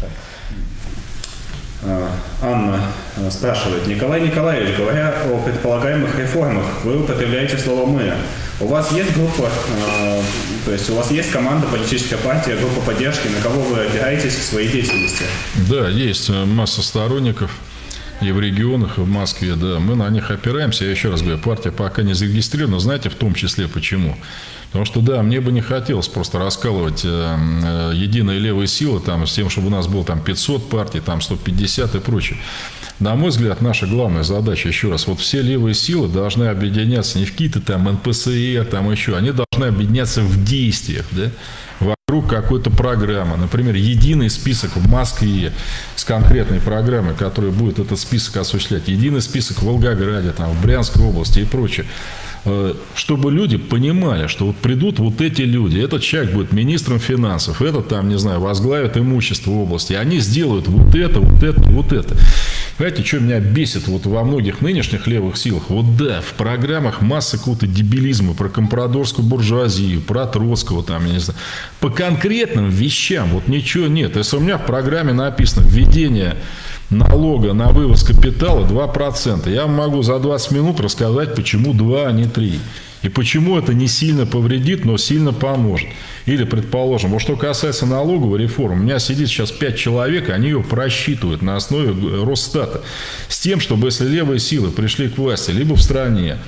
Анна спрашивает. Николай Николаевич, говоря о предполагаемых реформах, вы употребляете слово «мы». У вас есть группа, то есть у вас есть команда, политическая партия, группа поддержки, на кого вы опираетесь в своей деятельности? Да, есть масса сторонников. И в регионах, и в Москве, да, мы на них опираемся. Я еще раз говорю, партия пока не зарегистрирована, знаете, в том числе почему? Потому что, да, мне бы не хотелось просто раскалывать единые левые силы там, с тем, чтобы у нас было там 500 партий, там 150 и прочее. На мой взгляд, наша главная задача, еще раз, вот все левые силы должны объединяться не в какие-то там НПСР, там еще, они должны объединяться в действиях, да, вокруг какой-то программы. Например, единый список в Москве с конкретной программой, которая будет этот список осуществлять. Единый список в Волгограде, там, в Брянской области и прочее. Чтобы люди понимали, что вот придут вот эти люди, этот человек будет министром финансов, этот там, не знаю, возглавит имущество в области, и они сделают вот это, вот это, вот это. Понимаете, что меня бесит вот во многих нынешних левых силах? Вот да, в программах масса какого-то дебилизма про компрадорскую буржуазию, про Троцкого, там, я не знаю. По конкретным вещам вот ничего нет. Если у меня в программе написано введение налога на вывоз капитала 2%, я вам могу за 20 минут рассказать, почему 2, а не 3. И почему это не сильно повредит, но сильно поможет. Или, предположим, вот что касается налоговой реформы, у меня сидит сейчас 5 человек, они ее просчитывают на основе Росстата. С тем, чтобы если левые силы пришли к власти, либо в стране,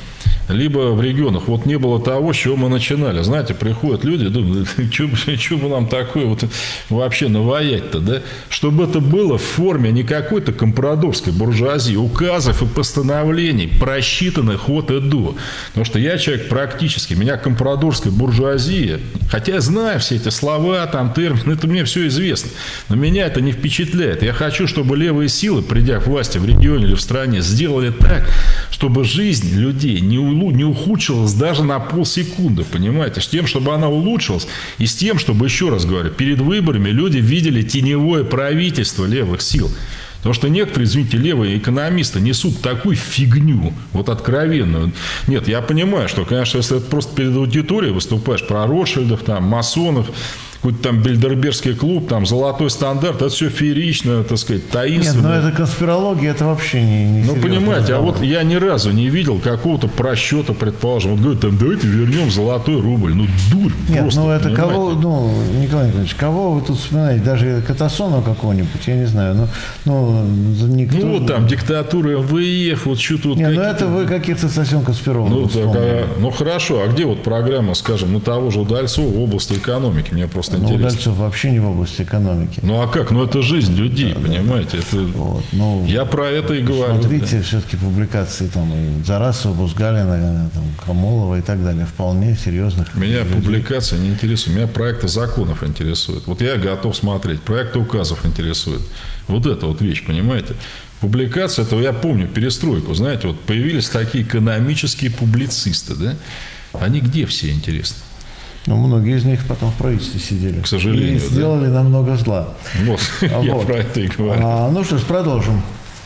либо в регионах. Вот не было того, с чего мы начинали. Знаете, приходят люди, думают, что бы нам такое вот вообще наваять-то, да? Чтобы это было в форме не какой-то компрадорской буржуазии, указов и постановлений, просчитанных от и до. Потому что я человек практически, меня компрадорская буржуазия, хотя я знаю все эти слова, там, термины, это мне все известно, но меня это не впечатляет. Я хочу, чтобы левые силы, придя к власти в регионе или в стране, сделали так, чтобы жизнь людей не ухудшилась даже на полсекунды, понимаете, с тем, чтобы она улучшилась, и с тем, чтобы, еще раз говорю, перед выборами люди видели теневое правительство левых сил. Потому что некоторые, извините, левые экономисты несут такую фигню, вот откровенную. Нет, я понимаю, что, конечно, если это просто перед аудиторией выступаешь про Ротшильдов, там, масонов, какой-то там Бильдербергский клуб, там, золотой стандарт, это все феерично, так сказать, таинственно. Нет, но это конспирология, это вообще не Ну, понимаете, а вот я ни разу не видел какого-то просчета, предположим. Вот говорят, там, давайте вернем золотой рубль. Ну, дурь Нет, просто, ну это понимаете? кого, ну, Николай Николаевич, кого вы тут вспоминаете? Даже Катасонова какого-нибудь, я не знаю. Никто... Ну, вот там диктатура МВФ, вот что тут... Нет, ну это вы каких-то совсем конспирологов вспомнили. Ну, хорошо, а где вот программа, скажем, ну, того же Удальцова в области экономики? Мне просто Ну, интересно. Удальцов вообще не в области экономики. Ну, а как? Ну, это жизнь людей, понимаете? Это... Вот, ну, Я про это и говорю. смотрите, все-таки публикации там и Зарасова, Бузгалина, там, Камолова и так далее. Вполне серьезных. Меня людей. публикация не интересует. Меня проекты законов интересуют. Вот я готов смотреть. Проекты указов интересуют. Вот это вот вещь, понимаете? Публикация, это я помню перестройку. Знаете, вот появились такие экономические публицисты, да? Они где все, интересно? Ну, многие из них потом в правительстве сидели. К сожалению, И сделали нам много зла. Вот, я про это и говорю. Ну что ж, продолжим.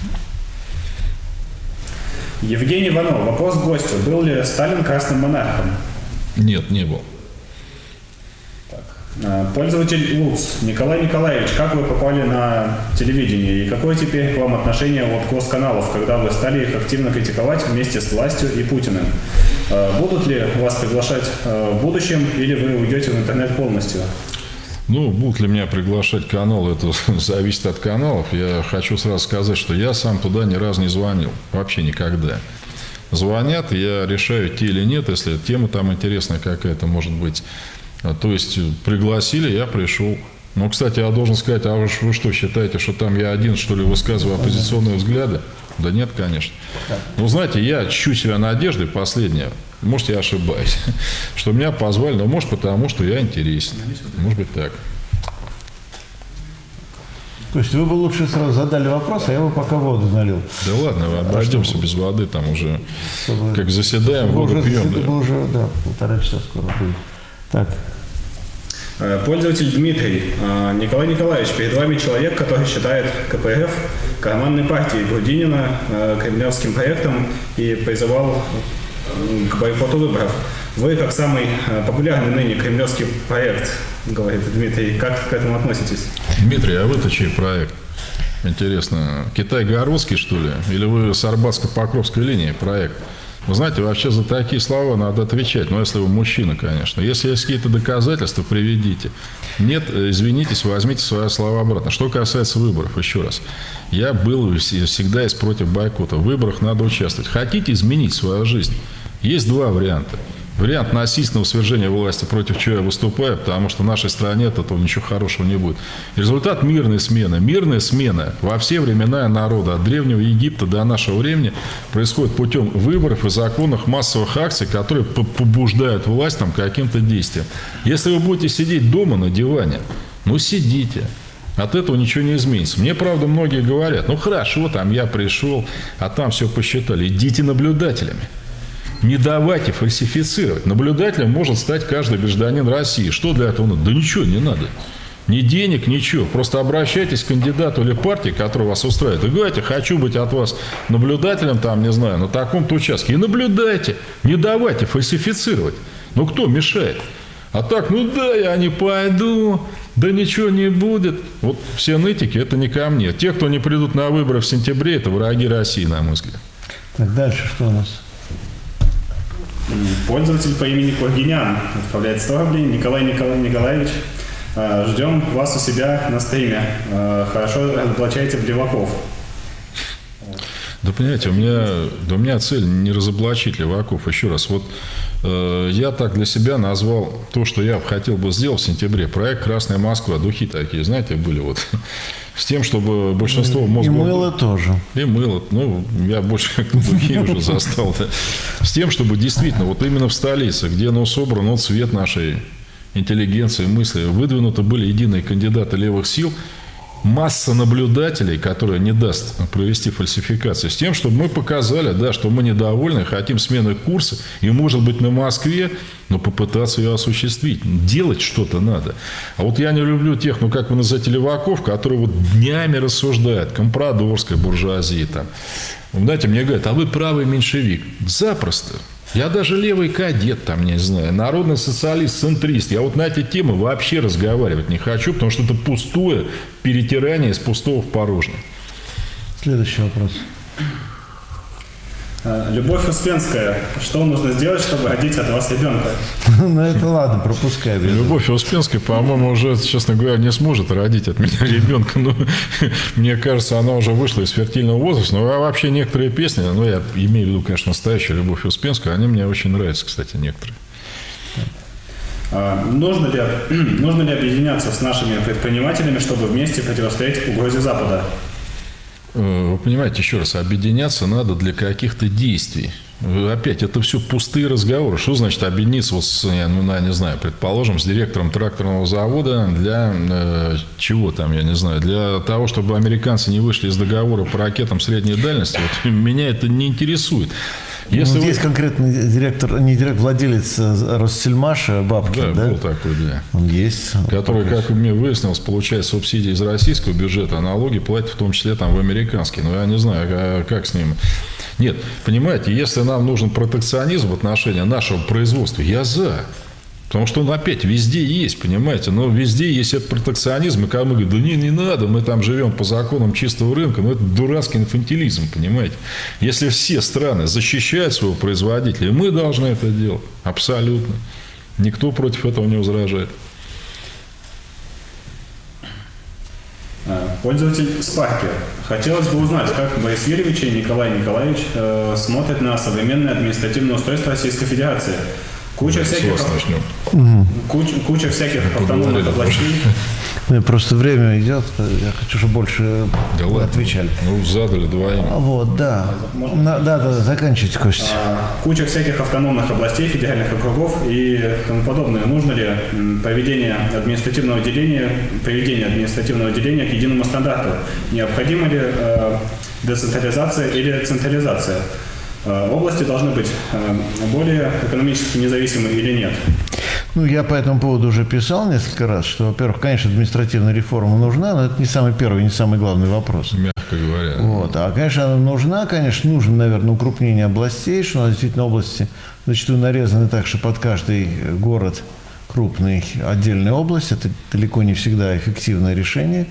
Евгений Иванов. Вопрос к гостю. Был ли Сталин красным монархом? Нет, не был. Пользователь УЦ. Николай Николаевич, как вы попали на телевидение и какое теперь к вам отношение от госканалов, когда вы стали их активно критиковать вместе с властью и Путиным? Будут ли вас приглашать в будущем или вы уйдете в интернет полностью? Ну, будут ли меня приглашать каналы, это зависит от каналов. Я хочу сразу сказать, что я сам туда ни разу не звонил. Вообще никогда. Звонят, я решаю, идти или нет, если тема там интересная какая-то, может быть. То есть пригласили, я пришел. Ну, кстати, я должен сказать, а вы что, считаете, что там я один, что ли, высказываю оппозиционные взгляды? Да нет, конечно. Ну, знаете, я чуть себя надеждой последнее, может, я ошибаюсь, что меня позвали, но может потому, что я интересен. Может быть так. То есть вы бы лучше сразу задали вопрос, а я бы пока воду налил. Да ладно, обойдемся без воды, там уже Чтобы- как заседаем, Вы воду уже, пьем. вы Да. уже, да, 1,5 часа скоро будет. Так. Пользователь Дмитрий. Николай Николаевич, перед вами человек, который считает КПРФ карманной партией Грудинина, кремлевским проектом и призывал к бойкоту выборов. Вы, как самый популярный ныне кремлевский проект, говорит Дмитрий, как к этому относитесь? Дмитрий, а вы-то чей проект? Интересно, Китай-Городский, что ли? Или вы с Арбатско-Покровской линии проект? Вы знаете, вообще за такие слова надо отвечать. Ну, если вы мужчина, конечно. Если есть какие-то доказательства, приведите. Нет, извинитесь, возьмите свои слова обратно. Что касается выборов, еще раз. Я был всегда против бойкота. В выборах надо участвовать. Хотите изменить свою жизнь? Есть два варианта. Вариант насильственного свержения власти, против чего я выступаю, потому что в нашей стране от этого ничего хорошего не будет. Результат мирной смены. Мирная смена во все времена народа, от Древнего Египта до нашего времени, происходит путем выборов и законных массовых акций, которые побуждают власть там, к каким-то действиям. Если вы будете сидеть дома на диване, ну сидите. От этого ничего не изменится. Мне, правда, многие говорят, ну хорошо, там я пришел, а там все посчитали. Идите наблюдателями. Не давайте фальсифицировать. Наблюдателем может стать каждый гражданин России. Что для этого надо? Да ничего не надо. Ни денег, ничего. Просто обращайтесь к кандидату или партии, который вас устраивает. И говорите, хочу быть от вас наблюдателем, там, не знаю, на таком-то участке. И наблюдайте. Не давайте фальсифицировать. Ну, кто мешает? А так, ну да, я не пойду, да ничего не будет. Вот все нытики, это не ко мне. Те, кто не придут на выборы в сентябре, это враги России, на мой взгляд. Так, дальше что у нас? Пользователь по имени Кургинян отправляет 100 рублей. Николай Николаевич, ждем вас у себя на стриме. Хорошо разоблачайте блеваков. Да, понимаете, у меня цель не разоблачить леваков. Еще раз, вот я так для себя назвал то, что я хотел бы сделать в сентябре. Проект «Красная Москва». Духи такие, знаете, были вот. С тем, чтобы большинство И мыло тоже. И мыло. Ну, я больше как-то духи уже застал. Да. С тем, чтобы действительно, вот именно в столице, где собран цвет нашей интеллигенции, мысли, выдвинуты были единые кандидаты левых сил, масса наблюдателей, которая не даст провести фальсификацию, с тем, чтобы мы показали, да, что мы недовольны, хотим смены курса, и, может быть, на Москве, но попытаться ее осуществить. Делать что-то надо. А вот я не люблю тех, ну, как вы называете, леваков, которые вот днями рассуждают, компрадорская буржуазия там. Вы знаете, мне говорят, а вы правый меньшевик. Запросто. Я даже левый кадет, там, не знаю, народный социалист, центрист. Я вот на эти темы вообще разговаривать не хочу, потому что это пустое перетирание из пустого в порожнее. Следующий вопрос. Любовь Успенская. Что нужно сделать, чтобы родить от вас ребенка? Ну, это ладно, пропускай. Любовь Успенская, по-моему, уже, честно говоря, не сможет родить от меня ребенка. Ну, мне кажется, она уже вышла из фертильного возраста. Но вообще некоторые песни, ну, я имею в виду, конечно, настоящую Любовь Успенскую, они мне очень нравятся, кстати, некоторые. Нужно ли объединяться с нашими предпринимателями, чтобы вместе противостоять угрозе Запада? Вы понимаете, еще раз, объединяться надо для каких-то действий. Опять, это все пустые разговоры. Что значит объединиться, вот с, ну, не знаю, предположим, с директором тракторного завода для чего там, я не знаю, для того, чтобы американцы не вышли из договора по ракетам средней дальности. Вот, меня это не интересует. Если есть конкретный директор, не директор, владелец Россельмаша, Бабкин, да? Да, был такой, да. Он есть. Который, как мне выяснилось, получает субсидии из российского бюджета, а налоги платит в том числе там в американский. Но я не знаю, как с ним. Нет, понимаете, если нам нужен протекционизм в отношении нашего производства, я за. Потому что он опять везде есть, понимаете. Но везде есть этот протекционизм. И когда мы говорим, да не надо, мы там живем по законам чистого рынка. Но это дурацкий инфантилизм, понимаете. Если все страны защищают своего производителя, мы должны это делать. Абсолютно. Никто против этого не возражает. Пользователь Спарки. Хотелось бы узнать, как Борис Юрьевич и Николай Николаевич смотрят на современное административное устройство Российской Федерации. Куча всяких автономных областей. Просто время идет. Я хочу, чтобы больше отвечали. Ну, задали двоим. Вот, да. Да, заканчивайте, Костя. Куча всяких автономных областей, федеральных округов и тому подобное. Нужно ли приведение административного деления к единому стандарту? Необходима ли децентрализация или централизация? Области должны быть более экономически независимы или нет? Ну, я по этому поводу уже писал несколько раз, что, во-первых, конечно, административная реформа нужна, но это не самый первый, не самый главный вопрос. Мягко говоря. Вот. А, конечно, она нужна, конечно, нужно, наверное, укрупнение областей, что у нас действительно области зачастую нарезаны так, что под каждый город крупный отдельная область. Это далеко не всегда эффективное решение.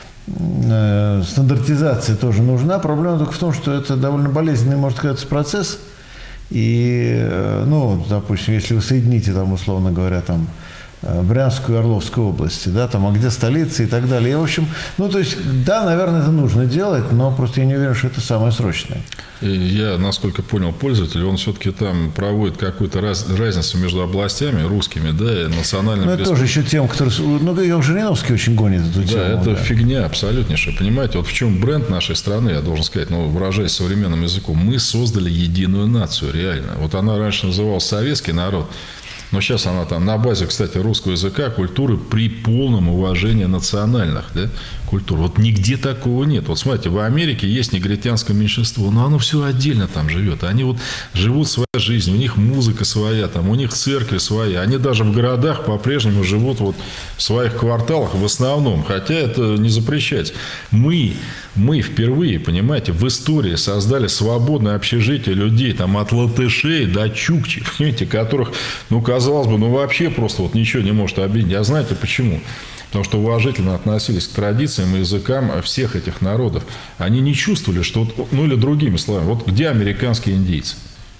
Стандартизация тоже нужна. Проблема только в том, что это довольно болезненный, может сказать, процесс. И, ну, допустим, если вы соедините, там, условно говоря, там, Брянскую и Орловскую области, да, там, а где столица и так далее. И, в общем, ну, то есть, да, наверное, это нужно делать, но просто я не уверен, что это самое срочное. И я, насколько понял пользователь, он все-таки там проводит какую-то разницу между областями русскими, да, и национальными. Ну, это тоже еще тема, которая... Ну, Йов Жириновский очень гонит эту тему. Да, это фигня абсолютнейшая. Понимаете, вот в чем бренд нашей страны, я должен сказать, ну, выражаясь современным языком, мы создали единую нацию, реально. Вот она раньше называлась советский народ, но сейчас она там на базе, кстати, русского языка, культуры при полном уважении национальных, да, культур. Вот нигде такого нет. Вот смотрите, в Америке есть негритянское меньшинство, но оно все отдельно там живет. Они вот живут своей жизнью, у них музыка своя, там, у них церкви свои. Они даже в городах по-прежнему живут вот в своих кварталах в основном, хотя это не запрещать. Мы впервые, понимаете, в истории создали свободное общежитие людей там от латышей до чукчей, понимаете, которых, ну, казалось бы, ну, вообще просто вот ничего не может обидеть. А знаете почему? Потому что уважительно относились к традициям и языкам всех этих народов. Они не чувствовали, что, ну, или другими словами, вот где американские индейцы?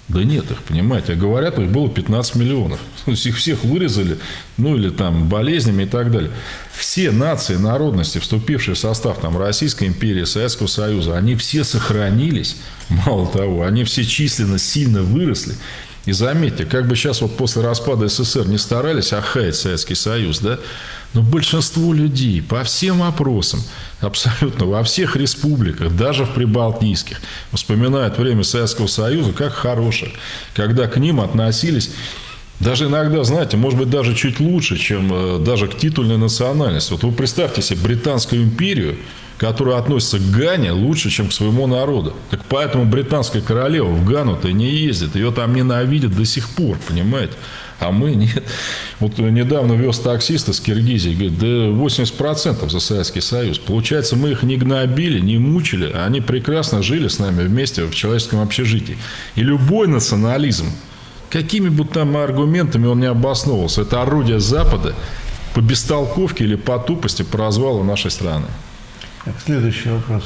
Да нет их, понимаете. А говорят, их было 15 миллионов. То есть их всех вырезали, ну или там болезнями и так далее. Все нации, народности, вступившие в состав там, Российской империи, Советского Союза, они все сохранились. Мало того, они все численно сильно выросли. И заметьте, как бы сейчас вот после распада СССР не старались охаять Советский Союз, да, но большинство людей по всем вопросам, абсолютно во всех республиках, даже в прибалтийских, вспоминают время Советского Союза как хорошее, когда к ним относились даже иногда, знаете, может быть, даже чуть лучше, чем даже к титульной национальности. Вот вы представьте себе Британскую империю, которая относится к Гане лучше, чем к своему народу. Так поэтому британская королева в Гану-то не ездит. Ее там ненавидят до сих пор, понимаете? А мы нет. Вот недавно вез таксиста с Киргизии, говорит, да 80% за Советский Союз. Получается, мы их не гнобили, не мучили, а они прекрасно жили с нами вместе в человеческом общежитии. И любой национализм, какими бы там аргументами он не обосновывался, это орудие Запада по бестолковке или по тупости по развалу нашей страны. Так, следующий вопрос.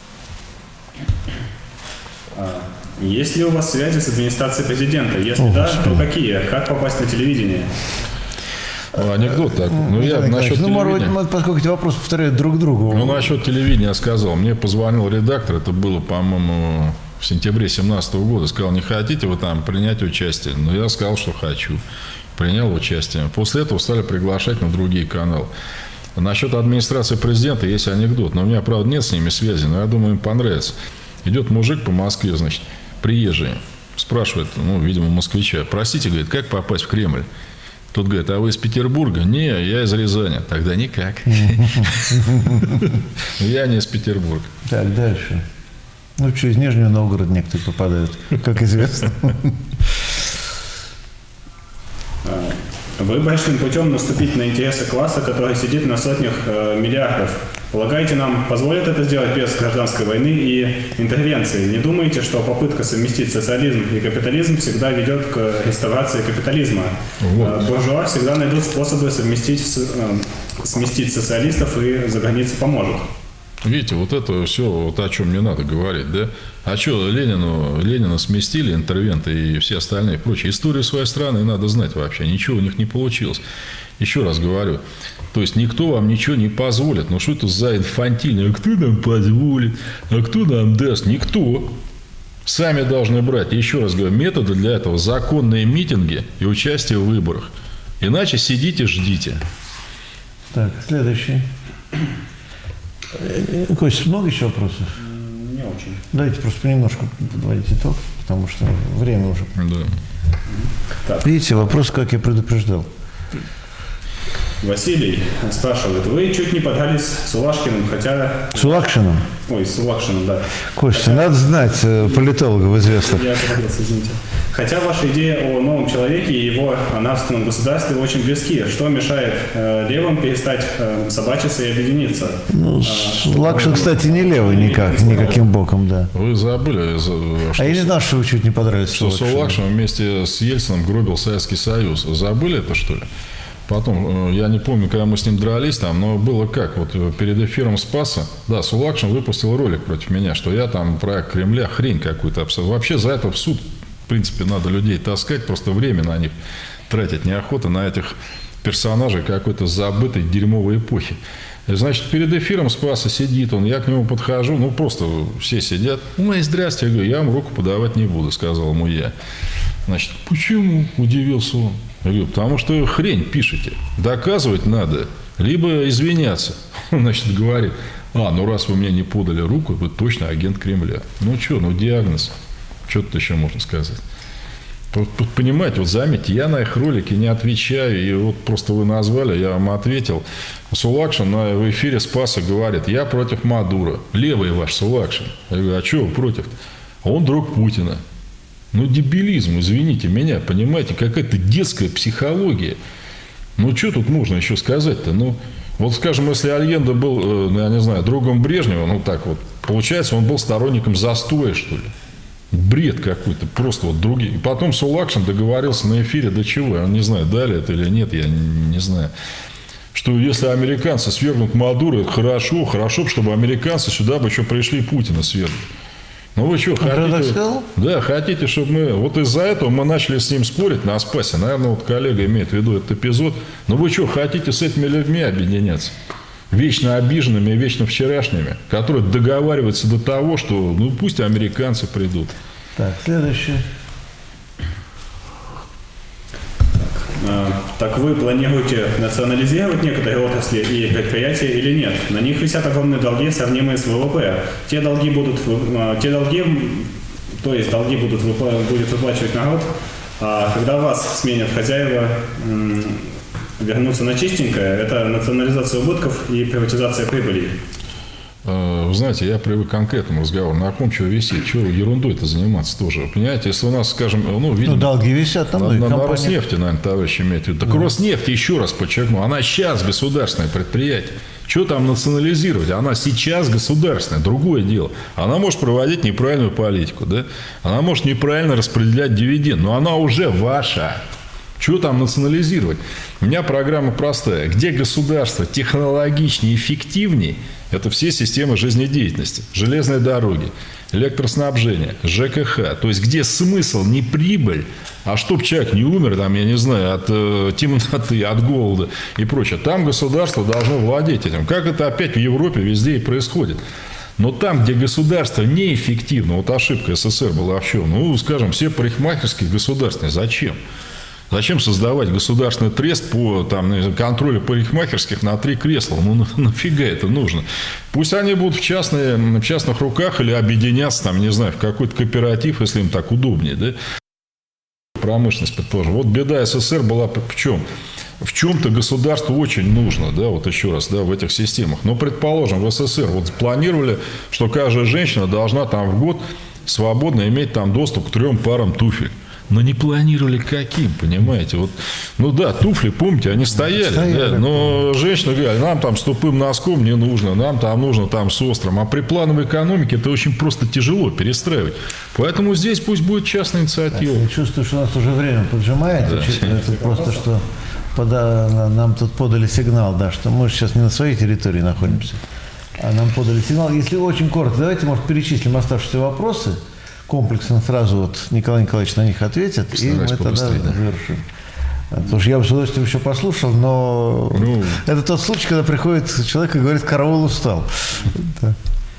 Есть ли у вас связи с администрацией президента? Если да, то какие? Как попасть на телевидение? Анекдот так. Ну, я насчет телевидения. Поскольку эти вопросы повторяют друг другу. Ну, насчет телевидения я сказал. Мне позвонил редактор, это было, по-моему, в сентябре 2017 года. Сказал, не хотите вы там принять участие? Но я сказал, что хочу. Принял участие. После этого стали приглашать на другие каналы. Насчет администрации президента есть анекдот. Но у меня, правда, нет с ними связи, но я думаю, им понравится. Идет мужик по Москве, значит, приезжий. Спрашивает, ну, видимо, москвича. Простите, говорит, как попасть в Кремль? Тот говорит, а вы из Петербурга? Не, я из Рязани. Тогда никак. Я не из Петербурга. Так, дальше. Ну, через Нижний Новгород некоторые попадают, как известно. Выборочным путем наступить на интересы класса, который сидит на сотнях миллиардов. Полагаете, нам позволят это сделать без гражданской войны и интервенции? Не думаете, что попытка совместить социализм и капитализм всегда ведет к реставрации капитализма? Вот. Буржуа всегда найдут способы сместить социалистов, и за границей поможет. Видите, вот это все, вот о чем мне надо говорить, да? А что, Ленина сместили, интервенты и все остальные прочие. Историю своей страны надо знать вообще. Ничего у них не получилось. Еще раз говорю. То есть, никто вам ничего не позволит. Ну, что это за инфантильное? А кто нам позволит? А кто нам даст? Никто. Сами должны брать. Еще раз говорю, методы для этого законные митинги и участие в выборах. Иначе сидите, ждите. Так, следующий. Кость, много еще вопросов? Не очень. Давайте просто понемножку подводить итог, потому что время уже. Да. Видите, вопрос, как я предупреждал. Василий спрашивает, вы чуть не подались с Улашкиным, хотя... С Улакшиным? Ой, с Улакшиным, да. Костя, надо знать политологов известных. Я оговорился, извините. Хотя ваша идея о новом человеке и его о нравственном государстве очень близки. Что мешает левым перестать собачиться и объединиться? Ну, Лакшин, кстати, не левый никаким боком, да. Вы забыли, что я не знал, что вы чуть не понравились. Что Лакшин вместе с Ельциным гробил Советский Союз. Забыли это, что ли? Потом, я не помню, когда мы с ним дрались там, но было как, вот перед эфиром Спаса, да, Сулакшин выпустил ролик против меня, что я там проект Кремля, хрень какую-то абсолютно. Вообще за это в суд, в принципе, надо людей таскать, просто время на них тратить неохота, на этих персонажей какой-то забытой дерьмовой эпохи. И, значит, перед эфиром Спаса сидит он, я к нему подхожу, ну, просто все сидят. Ой, здрасте, я говорю, я вам руку подавать не буду, сказал ему я. Значит, почему? Удивился он. Я говорю, потому что хрень пишете. Доказывать надо, либо извиняться. Он, значит, говорит, ну раз вы мне не подали руку, вы точно агент Кремля. Ну что, ну диагноз. Что тут еще можно сказать? Понимаете, вот заметьте, я на их ролики не отвечаю, и вот просто вы назвали, я вам ответил. Сулакшин в эфире Спаса говорит, я против Мадуро. Левый ваш Сулакшин. Я говорю, а что вы против? А он друг Путина. Ну, дебилизм, извините меня, понимаете, какая-то детская психология. Ну, что тут можно еще сказать-то? Ну, вот, скажем, если Альенде был, я не знаю, другом Брежнева, ну, так вот, получается, он был сторонником застоя, что ли. Бред какой-то, просто вот другие. И потом Сулакшин договорился на эфире до чего, я не знаю, дали это или нет, я не знаю. Что если американцы свергнут Мадуро, это хорошо, чтобы американцы сюда бы еще пришли Путина свергнуть. Ну вы что, так хотите? сказал? Да, хотите, чтобы мы... Вот из-за этого мы начали с ним спорить на Спасе. Наверное, вот коллега имеет в виду этот эпизод. Но вы что, хотите с этими людьми объединяться? Вечно обиженными, вечно вчерашними, которые договариваются до того, что ну пусть американцы придут. Так, следующий. Так вы планируете национализировать некоторые отрасли и предприятия или нет? На них висят огромные долги, сравнимые с ВВП. Те долги, будет выплачивать народ, а когда вас сменят хозяева, вернуться на чистенькое, это национализация убытков и приватизация прибылей. Вы знаете, я привык к конкретному разговору. На ком что висит? Чего ерундой-то заниматься тоже? Понимаете, если у нас, скажем, ну, видимо, долги висят, там на Роснефти, наверное, товарищи имеют в виду. Так Роснефть, еще раз подчеркну, она сейчас государственное предприятие. Что там национализировать? Она сейчас государственная, другое дело. Она может проводить неправильную политику, да? Она может неправильно распределять дивиденды, но она уже ваша. Чего там национализировать? У меня программа простая. Где государство технологичнее, эффективнее, это все системы жизнедеятельности. Железные дороги, электроснабжение, ЖКХ. То есть, где смысл не прибыль, а чтоб человек не умер, там, я не знаю, от темноты, от голода и прочее. Там государство должно владеть этим. Как это опять в Европе везде и происходит. Но там, где государство неэффективно, вот ошибка СССР была в чем? Ну, скажем, все парикмахерские государственные. Зачем? Зачем создавать государственный трест по контролю парикмахерских на 3 кресла? Ну, нафига это нужно? Пусть они будут в частных руках или объединятся, там, не знаю, в какой-то кооператив, если им так удобнее, да? Промышленность, предположим. Вот беда СССР была в чем? В чем-то государству очень нужно, да, вот еще раз, да, в этих системах. Но, предположим, в СССР вот планировали, что каждая женщина должна там в год свободно иметь там доступ к 3 парам туфель. Но не планировали каким, понимаете? Вот, ну да, туфли, помните, они стояли да, но женщины говорят, нам там с тупым носком не нужно, нам там нужно там с острым. А при плановой экономике это очень просто тяжело перестраивать. Поэтому здесь пусть будет частная инициатива. Я чувствую, что у нас уже время поджимает. Да. Это просто, что нам тут подали сигнал, да, что мы сейчас не на своей территории находимся, а нам подали сигнал. Если очень коротко, давайте, может, перечислим оставшиеся вопросы. Комплексно сразу вот Николай Николаевич на них ответит, и мы тогда завершим. Потому что я бы с удовольствием еще послушал, но это тот случай, когда приходит человек и говорит, караул устал. Да.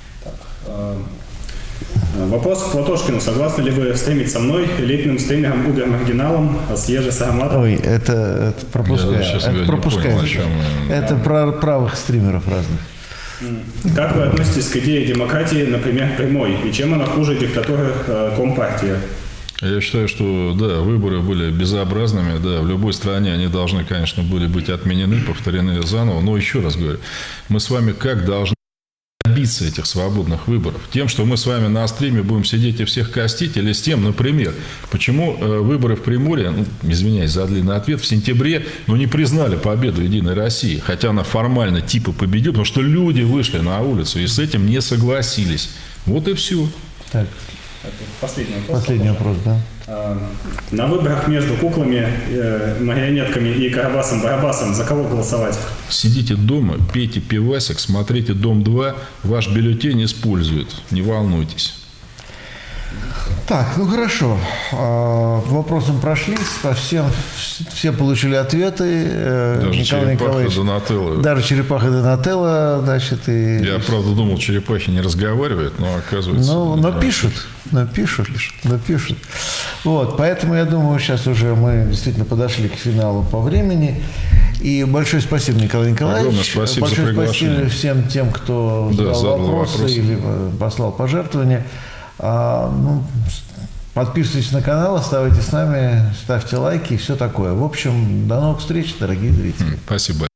Вопрос к Платошкину. Согласны ли вы стримить со мной, элитным стримером, убер-маргиналом, с Ежи Сагаматовым? Ой, это пропускаем. Это про правых стримеров разных. Как вы относитесь к идее демократии, например, прямой? И чем она хуже диктатуры Компартии? Я считаю, что, да, выборы были безобразными, да, в любой стране они должны, конечно, были быть отменены, повторены заново. Но еще раз говорю, мы с вами как должны добиться этих свободных выборов? Тем, что мы с вами на стриме будем сидеть и всех костить, или с тем, например, почему выборы в Приморье, извиняюсь за длинный ответ, в сентябре, не признали победу Единой России, хотя она формально типа победила, потому что люди вышли на улицу и с этим не согласились. Вот и все. Так. Последний вопрос, да. На выборах между куклами, марионетками и Карабасом-Барабасом за кого голосовать? Сидите дома, пейте пивасик, смотрите «Дом-2», ваш бюллетень используют, не волнуйтесь. Так, ну хорошо. Вопросом прошлись, все получили ответы. Даже Черепаха и Донателло. Даже Черепаха и Донателло, значит, и... Я, правда, думал, черепахи не разговаривают, но оказывается... Но пишут. Вот, поэтому я думаю, сейчас уже мы действительно подошли к финалу по времени. И большое спасибо, Николай Николаевич. Огромное спасибо за приглашение. Большое спасибо всем тем, кто задал вопросы или послал пожертвования. Подписывайтесь на канал, оставайтесь с нами, ставьте лайки и все такое. В общем, до новых встреч, дорогие зрители. Спасибо.